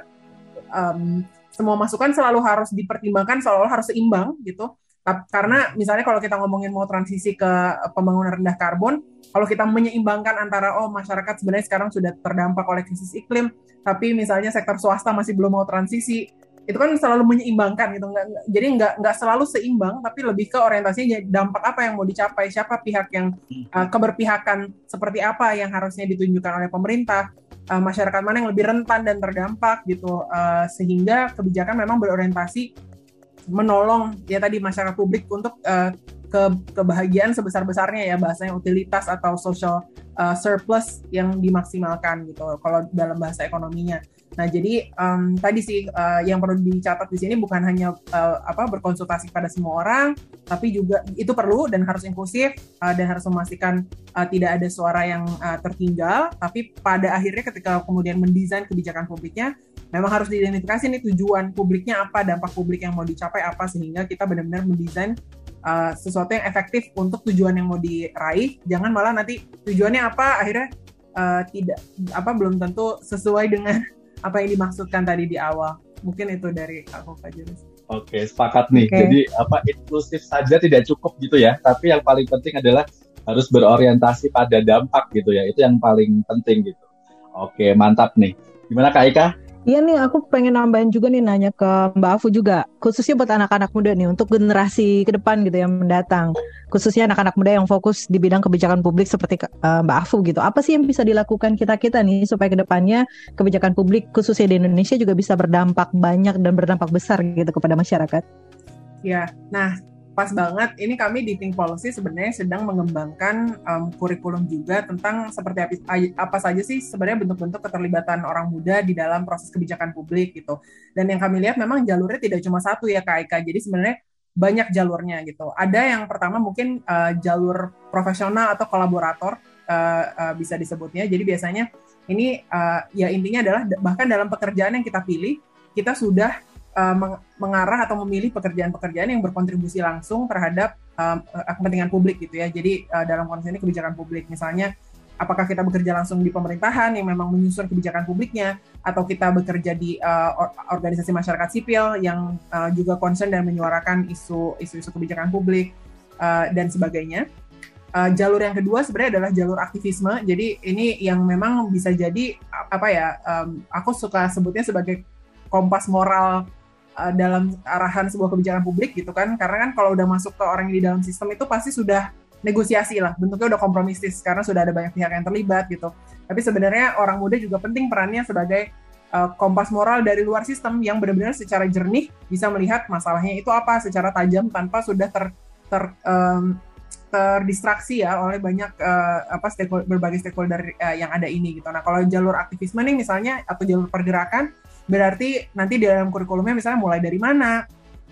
um, semua masukan selalu harus dipertimbangkan, selalu harus seimbang gitu. Karena misalnya kalau kita ngomongin mau transisi ke pembangunan rendah karbon, kalau kita menyeimbangkan antara oh masyarakat sebenarnya sekarang sudah terdampak oleh krisis iklim, tapi misalnya sektor swasta masih belum mau transisi, itu kan selalu menyeimbangkan gitu. Nggak, jadi nggak nggak selalu seimbang, tapi lebih ke orientasinya dampak apa yang mau dicapai, siapa pihak yang uh, keberpihakan seperti apa yang harusnya ditunjukkan oleh pemerintah. Uh, masyarakat mana yang lebih rentan dan terdampak gitu, uh, sehingga kebijakan memang berorientasi menolong ya tadi masyarakat publik untuk uh, ke kebahagiaan sebesar-besarnya ya, bahasanya utilitas atau social uh, surplus yang dimaksimalkan gitu kalau dalam bahasa ekonominya. Nah jadi um, tadi sih uh, yang perlu dicatat di sini bukan hanya uh, apa berkonsultasi pada semua orang, tapi juga itu perlu dan harus inklusif uh, dan harus memastikan uh, tidak ada suara yang uh, tertinggal. Tapi pada akhirnya ketika kemudian mendesain kebijakan publiknya, memang harus diidentifikasi nih tujuan publiknya apa, dampak publik yang mau dicapai apa, sehingga kita benar-benar mendesain uh, sesuatu yang efektif untuk tujuan yang mau diraih. Jangan malah nanti tujuannya apa akhirnya uh, tidak apa belum tentu sesuai dengan apa yang dimaksudkan tadi di awal. Mungkin itu dari aku, Kak Juris. Oke, sepakat nih. Okay. Jadi apa inklusif saja tidak cukup gitu ya. Tapi yang paling penting adalah harus berorientasi pada dampak gitu ya. Itu yang paling penting gitu. Oke, mantap nih. Gimana Kak Ika? Iya nih, aku pengen nambahin juga nih, nanya ke Mbak Afu juga, khususnya buat anak-anak muda nih, untuk generasi ke depan gitu yang mendatang, khususnya anak-anak muda yang fokus di bidang kebijakan publik seperti uh, Mbak Afu gitu. Apa sih yang bisa dilakukan kita-kita nih supaya ke depannya kebijakan publik khususnya di Indonesia juga bisa berdampak banyak dan berdampak besar gitu kepada masyarakat? Ya, nah pas banget, ini kami di Think Policy sebenarnya sedang mengembangkan um, kurikulum juga tentang seperti apa, apa saja sih sebenarnya bentuk-bentuk keterlibatan orang muda di dalam proses kebijakan publik gitu. Dan yang kami lihat memang jalurnya tidak cuma satu ya Kak Ika, jadi sebenarnya banyak jalurnya gitu. Ada yang pertama mungkin uh, jalur profesional atau kolaborator uh, uh, bisa disebutnya, jadi biasanya ini uh, ya intinya adalah bahkan dalam pekerjaan yang kita pilih, kita sudah Uh, mengarah atau memilih pekerjaan-pekerjaan yang berkontribusi langsung terhadap uh, kepentingan publik gitu ya. Jadi uh, dalam konteks ini kebijakan publik, misalnya apakah kita bekerja langsung di pemerintahan yang memang menyusun kebijakan publiknya, atau kita bekerja di uh, organisasi masyarakat sipil yang uh, juga concern dan menyuarakan isu isu-isu kebijakan publik uh, dan sebagainya. Uh, jalur yang kedua sebenarnya adalah jalur aktivisme. Jadi ini yang memang bisa jadi apa ya? Um, aku suka sebutnya sebagai kompas moral dalam arahan sebuah kebijakan publik gitu kan, karena kan kalau udah masuk ke orang yang di dalam sistem itu pasti sudah negosiasi lah, bentuknya udah kompromistis karena sudah ada banyak pihak yang terlibat gitu. Tapi sebenarnya orang muda juga penting perannya sebagai uh, kompas moral dari luar sistem yang benar-benar secara jernih bisa melihat masalahnya itu apa secara tajam tanpa sudah ter, ter um, terdistraksi ya oleh banyak uh, apa stakeholder, berbagai stakeholder uh, yang ada ini gitu. Nah kalau jalur aktivisme nih misalnya atau jalur pergerakan berarti nanti di dalam kurikulumnya misalnya mulai dari mana,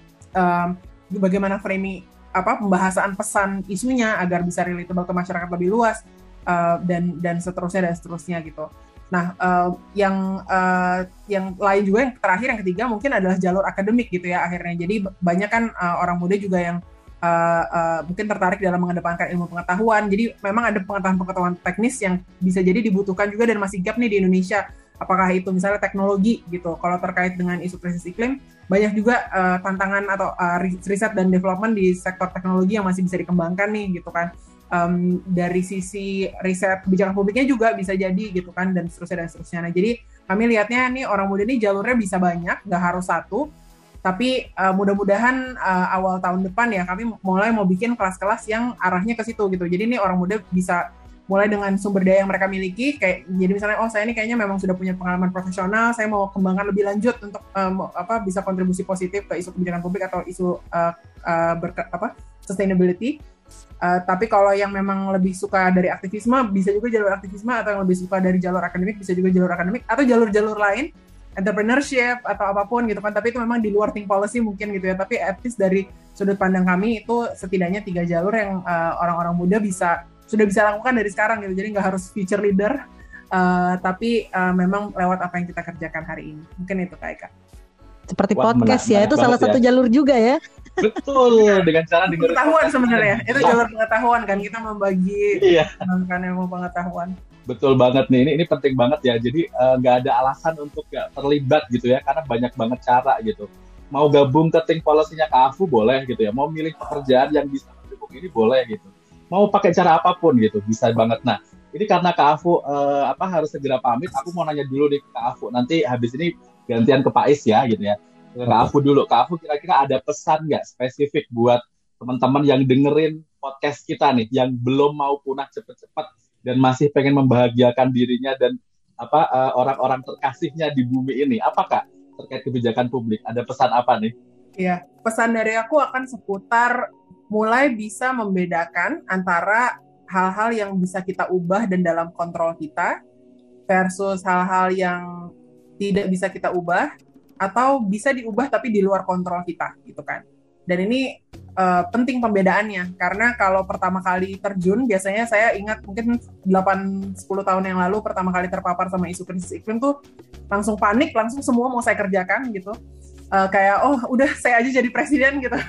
um, bagaimana framing apa pembahasan pesan isunya agar bisa relatable ke masyarakat lebih luas, uh, dan dan seterusnya dan seterusnya gitu. Nah, uh, yang uh, yang lain juga yang terakhir yang ketiga mungkin adalah jalur akademik gitu ya akhirnya. Jadi banyak kan uh, orang muda juga yang uh, uh, mungkin tertarik dalam mengedepankan ilmu pengetahuan. Jadi memang ada pengetahuan-pengetahuan teknis yang bisa jadi dibutuhkan juga dan masih gap nih di Indonesia. Apakah itu misalnya teknologi gitu. Kalau terkait dengan isu krisis iklim, banyak juga uh, tantangan atau uh, riset dan development di sektor teknologi yang masih bisa dikembangkan nih gitu kan. Um, dari sisi riset kebijakan publiknya juga bisa jadi gitu kan, dan seterusnya dan seterusnya. Nah, jadi kami lihatnya nih orang muda ini jalurnya bisa banyak, nggak harus satu. Tapi uh, mudah-mudahan uh, awal tahun depan ya kami mulai mau bikin kelas-kelas yang arahnya ke situ gitu. Jadi nih orang muda bisa mulai dengan sumber daya yang mereka miliki, kayak jadi misalnya oh saya ini kayaknya memang sudah punya pengalaman profesional, saya mau kembangkan lebih lanjut untuk um, apa bisa kontribusi positif ke isu kebijakan publik atau isu uh, uh, berke, apa sustainability. Uh, tapi kalau yang memang lebih suka dari aktivisme bisa juga jalur aktivisme, atau yang lebih suka dari jalur akademik bisa juga jalur akademik, atau jalur-jalur lain entrepreneurship atau apapun gitu kan. Tapi itu memang di luar think policy mungkin gitu ya, tapi at least dari sudut pandang kami itu setidaknya tiga jalur yang uh, orang-orang muda bisa sudah bisa lakukan dari sekarang gitu. Jadi nggak harus future leader, uh, tapi uh, memang lewat apa yang kita kerjakan hari ini. Mungkin itu Kak Eka. Seperti Wah, podcast menarik, ya, itu salah ya. satu jalur juga ya. Betul, dengan cara dengerin Pengetahuan sebenarnya, itu Wah. jalur pengetahuan kan, kita membagi Iya. mengembangkan ilmu pengetahuan. Betul banget nih, ini ini penting banget ya. Jadi nggak uh, ada alasan untuk nggak terlibat gitu ya, karena banyak banget cara gitu. Mau gabung ke think policy-nya K A F U boleh gitu ya, mau milih pekerjaan yang bisa mendukung ini boleh gitu. Mau pakai cara apapun gitu, bisa banget. Nah, ini karena K A F U uh, apa harus segera pamit, aku mau nanya dulu nih ke K A F U. Nanti habis ini gantian ke Pak Is ya gitu ya. Ke K A F U dulu. K A F U kira-kira ada pesan nggak spesifik buat teman-teman yang dengerin podcast kita nih, yang belum mau punah cepet-cepet dan masih pengen membahagiakan dirinya dan apa uh, orang-orang terkasihnya di bumi ini? Apakah terkait kebijakan publik? Ada pesan apa nih? Iya, pesan dari aku akan seputar mulai bisa membedakan antara hal-hal yang bisa kita ubah dan dalam kontrol kita versus hal-hal yang tidak bisa kita ubah atau bisa diubah tapi di luar kontrol kita gitu kan. Dan ini uh, penting pembedaannya, karena kalau pertama kali terjun, biasanya saya ingat mungkin delapan sepuluh tahun yang lalu pertama kali terpapar sama isu krisis iklim tuh langsung panik, langsung semua mau saya kerjakan gitu. Uh, kayak oh udah saya aja jadi presiden gitu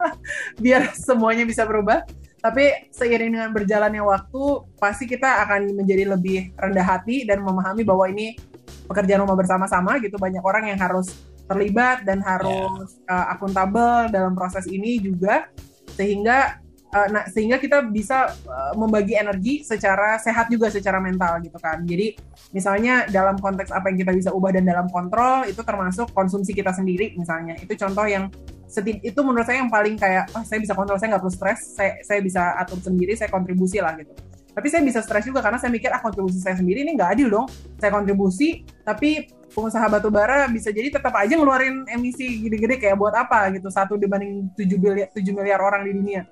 biar semuanya bisa berubah. Tapi seiring dengan berjalannya waktu pasti kita akan menjadi lebih rendah hati dan memahami bahwa ini pekerjaan rumah bersama-sama gitu. Banyak orang yang harus terlibat dan harus yeah. uh, akuntabel dalam proses ini juga, sehingga uh, nah, sehingga kita bisa uh, membagi energi secara sehat juga, secara mental gitu kan. Jadi misalnya dalam konteks apa yang kita bisa ubah dan dalam kontrol itu termasuk konsumsi kita sendiri misalnya. Itu contoh yang seti- itu menurut saya yang paling kayak oh saya bisa kontrol, saya nggak perlu stres, saya saya bisa atur sendiri, saya kontribusi lah gitu. Tapi saya bisa stres juga karena saya mikir ah kontribusi saya sendiri ini nggak adil dong. Saya kontribusi tapi pengusaha batubara bisa jadi tetap aja ngeluarin emisi gede-gede, kayak buat apa gitu, satu dibanding tujuh miliar orang di dunia.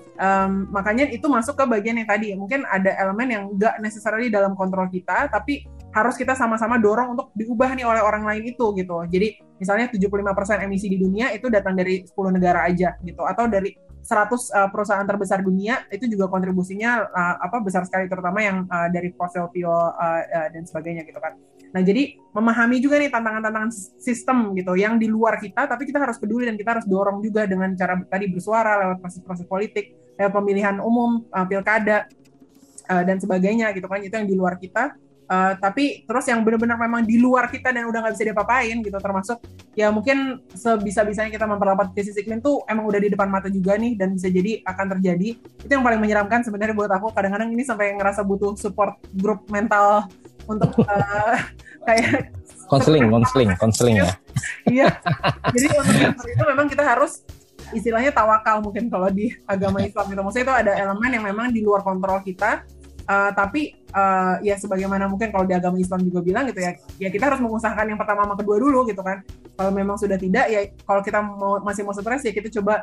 Um, makanya itu masuk ke bagian yang tadi, mungkin ada elemen yang nggak necessarily dalam kontrol kita, tapi harus kita sama-sama dorong untuk diubah nih oleh orang lain itu gitu. Jadi misalnya tujuh puluh lima persen emisi di dunia itu datang dari sepuluh negara aja gitu, atau dari seratus uh, perusahaan terbesar dunia itu juga kontribusinya uh, apa besar sekali, terutama yang uh, dari fossil fuel uh, uh, dan sebagainya gitu kan. Nah, jadi memahami juga nih tantangan-tantangan sistem gitu yang di luar kita, tapi kita harus peduli dan kita harus dorong juga dengan cara tadi bersuara lewat proses-proses politik, lewat pemilihan umum, uh, pilkada, uh, dan sebagainya gitu kan. Itu yang di luar kita. Uh, tapi terus yang benar-benar memang di luar kita dan udah nggak bisa diapa-apain gitu, termasuk ya mungkin sebisa-bisanya kita memperlambat krisis iklim tuh emang udah di depan mata juga nih dan bisa jadi akan terjadi. Itu yang paling menyeramkan sebenarnya buat aku. Kadang-kadang ini sampai ngerasa butuh support grup mental untuk uh, kayak konseling, konseling, konseling ya. Iya. Jadi untuk itu memang kita harus istilahnya tawakal mungkin kalau di agama Islam gitu. Maksudnya itu ada elemen yang memang di luar kontrol kita. Uh, tapi uh, ya sebagaimana mungkin kalau di agama Islam juga bilang gitu ya, ya kita harus mengusahakan yang pertama sama kedua dulu gitu kan. Kalau memang sudah tidak ya, kalau kita mau masih mau stres ya kita coba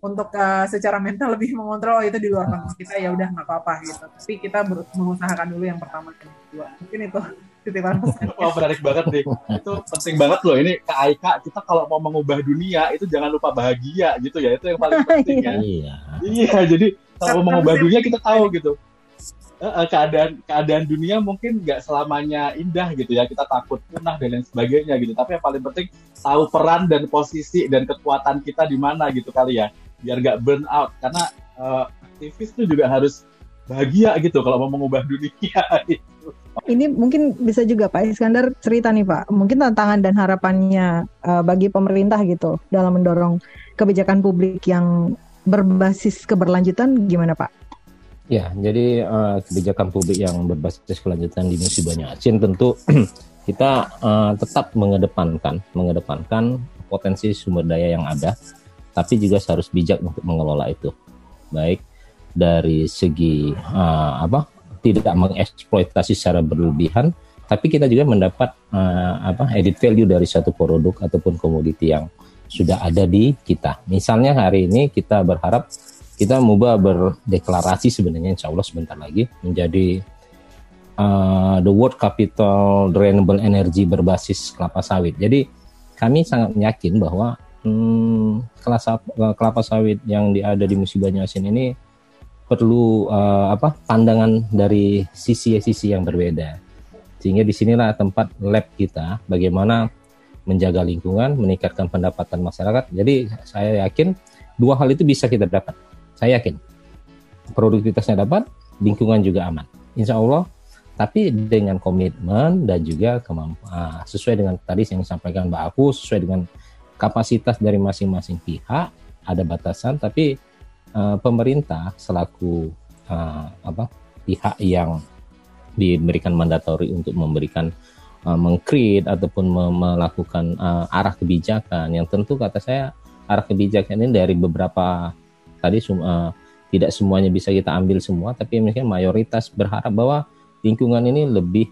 untuk uh, secara mental lebih mengontrol, oh, itu di luar kontrol kita, ya udah nggak apa-apa gitu. Tapi kita ber- mengusahakan dulu yang pertama dan yang kedua. Mungkin itu titipan pesan. Wah, menarik banget nih. Itu penting banget loh. Ini Kak Aika, kita kalau mau mengubah dunia itu jangan lupa bahagia gitu ya. Itu yang paling penting ya. Iya. Iya, jadi kalau mau mengubah dunia kita tahu gitu. Eh, keadaan keadaan dunia mungkin nggak selamanya indah gitu ya, kita takut punah dan lain sebagainya gitu, tapi yang paling penting tahu peran dan posisi dan kekuatan kita di mana gitu kali ya, biar nggak burn out, karena uh, aktivis itu juga harus bahagia gitu kalau mau mengubah dunia gitu. Ini mungkin bisa juga Pak Iskandar cerita nih Pak, mungkin tantangan dan harapannya uh, bagi pemerintah gitu dalam mendorong kebijakan publik yang berbasis keberlanjutan gimana Pak? Ya, jadi uh, kebijakan publik yang berbasis kelanjutan di Musi Banyu Asin tentu kita uh, tetap mengedepankan mengedepankan potensi sumber daya yang ada, tapi juga harus bijak untuk mengelola itu. Baik dari segi uh, apa tidak mengeksploitasi secara berlebihan, tapi kita juga mendapat uh, apa added value dari satu produk ataupun komoditi yang sudah ada di kita. Misalnya hari ini kita berharap kita Muba berdeklarasi sebenarnya insya Allah sebentar lagi menjadi uh, the world capital renewable energy berbasis kelapa sawit. Jadi kami sangat yakin bahwa hmm, kelapa, kelapa sawit yang ada di Musi Banyu Asin ini perlu uh, apa pandangan dari sisi-sisi yang berbeda. Sehingga disinilah tempat lab kita bagaimana menjaga lingkungan, meningkatkan pendapatan masyarakat. Jadi saya yakin dua hal itu bisa kita dapat. Saya yakin produktivitasnya dapat, lingkungan juga aman, insya Allah. Tapi dengan komitmen dan juga kemampuan sesuai dengan tadi yang disampaikan Mbak Aku, sesuai dengan kapasitas dari masing-masing pihak, ada batasan. Tapi uh, pemerintah selaku uh, apa pihak yang diberikan mandatori untuk memberikan uh, meng-create ataupun me- melakukan uh, arah kebijakan yang tentu kata saya arah kebijakan ini dari beberapa tadi uh, tidak semuanya bisa kita ambil semua, tapi mungkin mayoritas berharap bahwa lingkungan ini lebih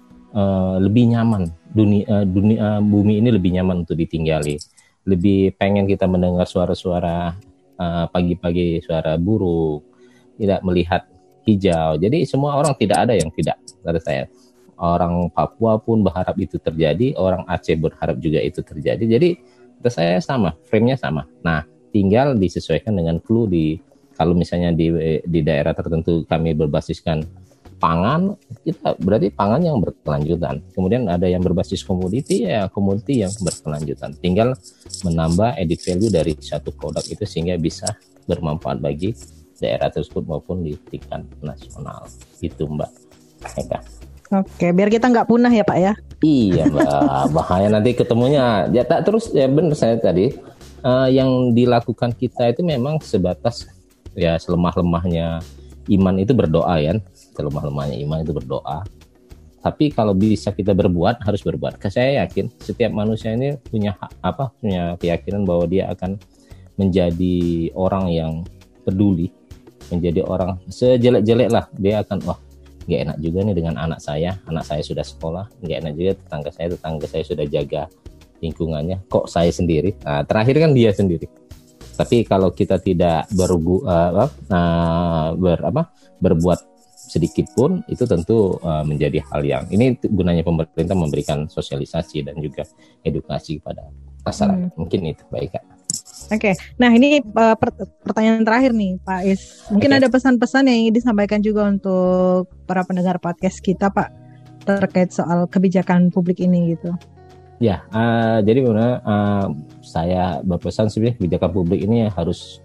uh, lebih nyaman, dunia, uh, dunia uh, bumi ini lebih nyaman untuk ditinggali, lebih pengen kita mendengar suara-suara uh, pagi-pagi, suara burung, tidak melihat hijau. Jadi semua orang, tidak ada yang tidak, kata saya. Orang Papua pun berharap itu terjadi, orang Aceh berharap juga itu terjadi. Jadi kata saya sama, frame-nya sama. Nah, tinggal disesuaikan dengan clue di kalau misalnya di di daerah tertentu kami berbasiskan pangan, kita berarti pangan yang berkelanjutan. Kemudian ada yang berbasis komoditi, ya komoditi yang berkelanjutan. Tinggal menambah added value dari satu produk itu sehingga bisa bermanfaat bagi daerah tersebut maupun di tingkat nasional. Itu Mbak Eka. Oke, biar kita nggak punah ya Pak ya. Iya Mbak, bahaya nanti ketemunya. Ya tak terus ya benar saya tadi. Uh, yang dilakukan kita itu memang sebatas ya selemah-lemahnya iman itu berdoa ya, selemah-lemahnya iman itu berdoa. Tapi kalau bisa kita berbuat, harus berbuat. Saya yakin setiap manusia ini punya apa punya keyakinan bahwa dia akan menjadi orang yang peduli, menjadi orang sejelek-jelek lah dia akan wah nggak enak juga nih dengan anak saya, anak saya sudah sekolah, nggak enak juga tetangga saya, tetangga saya sudah jaga lingkungannya, kok saya sendiri. Nah, terakhir kan dia sendiri. Tapi kalau kita tidak bergu, uh, uh, ber, apa, berbuat sedikit pun, itu tentu uh, menjadi hal yang ini gunanya pemerintah memberikan sosialisasi dan juga edukasi kepada masyarakat. Hmm. Mungkin itu baik Kak. Oke, okay. Nah ini uh, pertanyaan terakhir nih Pak Is. Mungkin okay. Ada pesan-pesan yang ingin disampaikan juga untuk para pendengar podcast kita Pak terkait soal kebijakan publik ini gitu. Ya, uh, jadi benar uh, saya berpesan sebenarnya kebijakan publik ini harus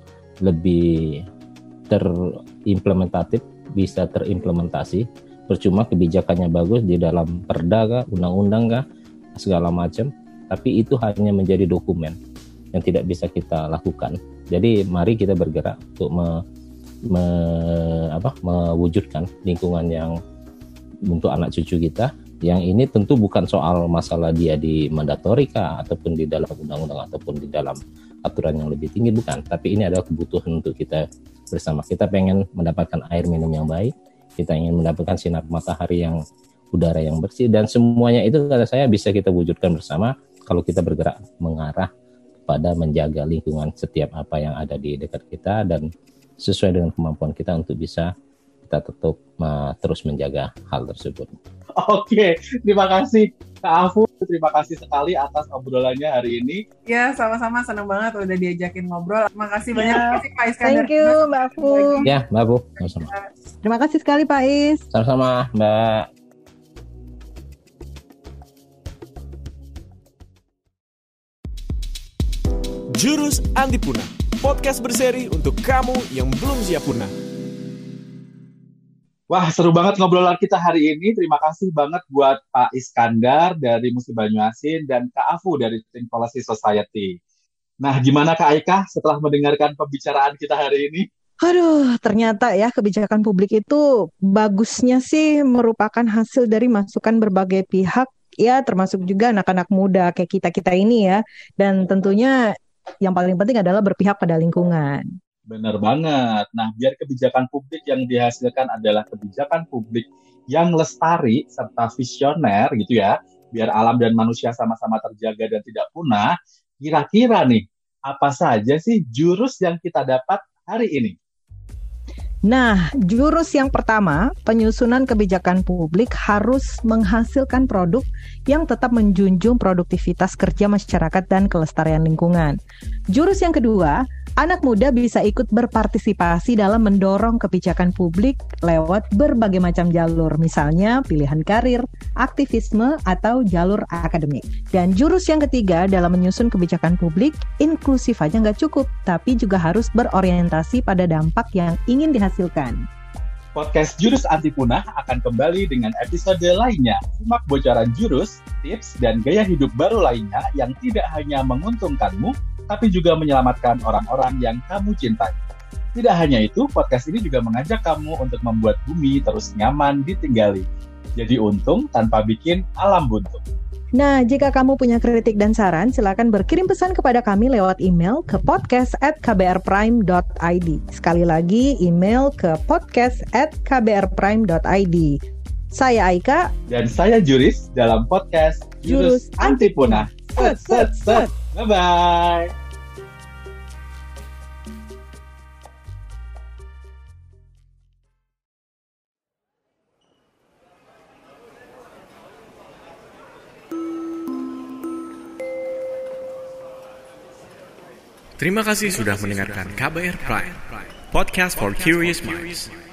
lebih terimplementatif, bisa terimplementasi. Percuma kebijakannya bagus di dalam perda kah, undang-undang kah, segala macam, tapi itu hanya menjadi dokumen yang tidak bisa kita lakukan. Jadi mari kita bergerak untuk me, me, apa, mewujudkan lingkungan yang untuk anak cucu kita. Yang ini tentu bukan soal masalah dia di mandatori kah, ataupun di dalam undang-undang, ataupun di dalam aturan yang lebih tinggi, bukan. Tapi ini adalah kebutuhan untuk kita bersama. Kita pengen mendapatkan air minum yang baik, kita ingin mendapatkan sinar matahari yang udara yang bersih, dan semuanya itu kata saya bisa kita wujudkan bersama kalau kita bergerak mengarah pada menjaga lingkungan setiap apa yang ada di dekat kita dan sesuai dengan kemampuan kita untuk bisa kita tetap uh, terus menjaga hal tersebut. Oke, terima kasih Kak Afu, terima kasih sekali atas obrolannya hari ini. Ya, sama-sama, senang banget udah diajakin ngobrol. Makasih banyak, Ya, makasih Pak Iskandar. thank you Mbak Afu. Ya, Mbak Bu, sama-sama. Terima kasih sekali Pak Is. Sama-sama, Mbak. Jurus Anti Punah, podcast berseri untuk kamu yang belum siap punah. Wah, seru banget ngobrolan kita hari ini. Terima kasih banget buat Pak Iskandar dari Musi Banyuasin dan Kak Afu dari Think Policy Society. Nah, gimana Kak Aika setelah mendengarkan pembicaraan kita hari ini? Aduh, ternyata ya kebijakan publik itu bagusnya sih merupakan hasil dari masukan berbagai pihak, ya termasuk juga anak-anak muda kayak kita-kita ini ya. Dan tentunya yang paling penting adalah berpihak pada lingkungan. Benar banget. Nah, biar kebijakan publik yang dihasilkan adalah kebijakan publik yang lestari serta visioner gitu ya, biar alam dan manusia sama-sama terjaga dan tidak punah, kira-kira nih, apa saja sih jurus yang kita dapat hari ini? Nah, jurus yang pertama, penyusunan kebijakan publik harus menghasilkan produk yang tetap menjunjung produktivitas kerja masyarakat dan kelestarian lingkungan. Jurus yang kedua, anak muda bisa ikut berpartisipasi dalam mendorong kebijakan publik lewat berbagai macam jalur, misalnya pilihan karir, aktivisme, atau jalur akademik. Dan jurus yang ketiga dalam menyusun kebijakan publik, inklusif aja nggak cukup, tapi juga harus berorientasi pada dampak yang ingin dihasilkan. Podcast Jurus Anti Punah akan kembali dengan episode lainnya. Simak bocoran jurus, tips, dan gaya hidup baru lainnya yang tidak hanya menguntungkanmu, tapi juga menyelamatkan orang-orang yang kamu cintai. Tidak hanya itu, podcast ini juga mengajak kamu untuk membuat bumi terus nyaman ditinggali. Jadi untung tanpa bikin alam buntu. Nah, jika kamu punya kritik dan saran, silakan berkirim pesan kepada kami lewat email ke podcast at k b r prime dot i d. Sekali lagi, email ke podcast at k b r prime dot i d. Saya Aika. Dan saya Juris dalam podcast Jurus, Jurus Anti Punah. Set, set, set. Bye-bye. Terima kasih sudah mendengarkan K B R Prime, podcast for curious minds.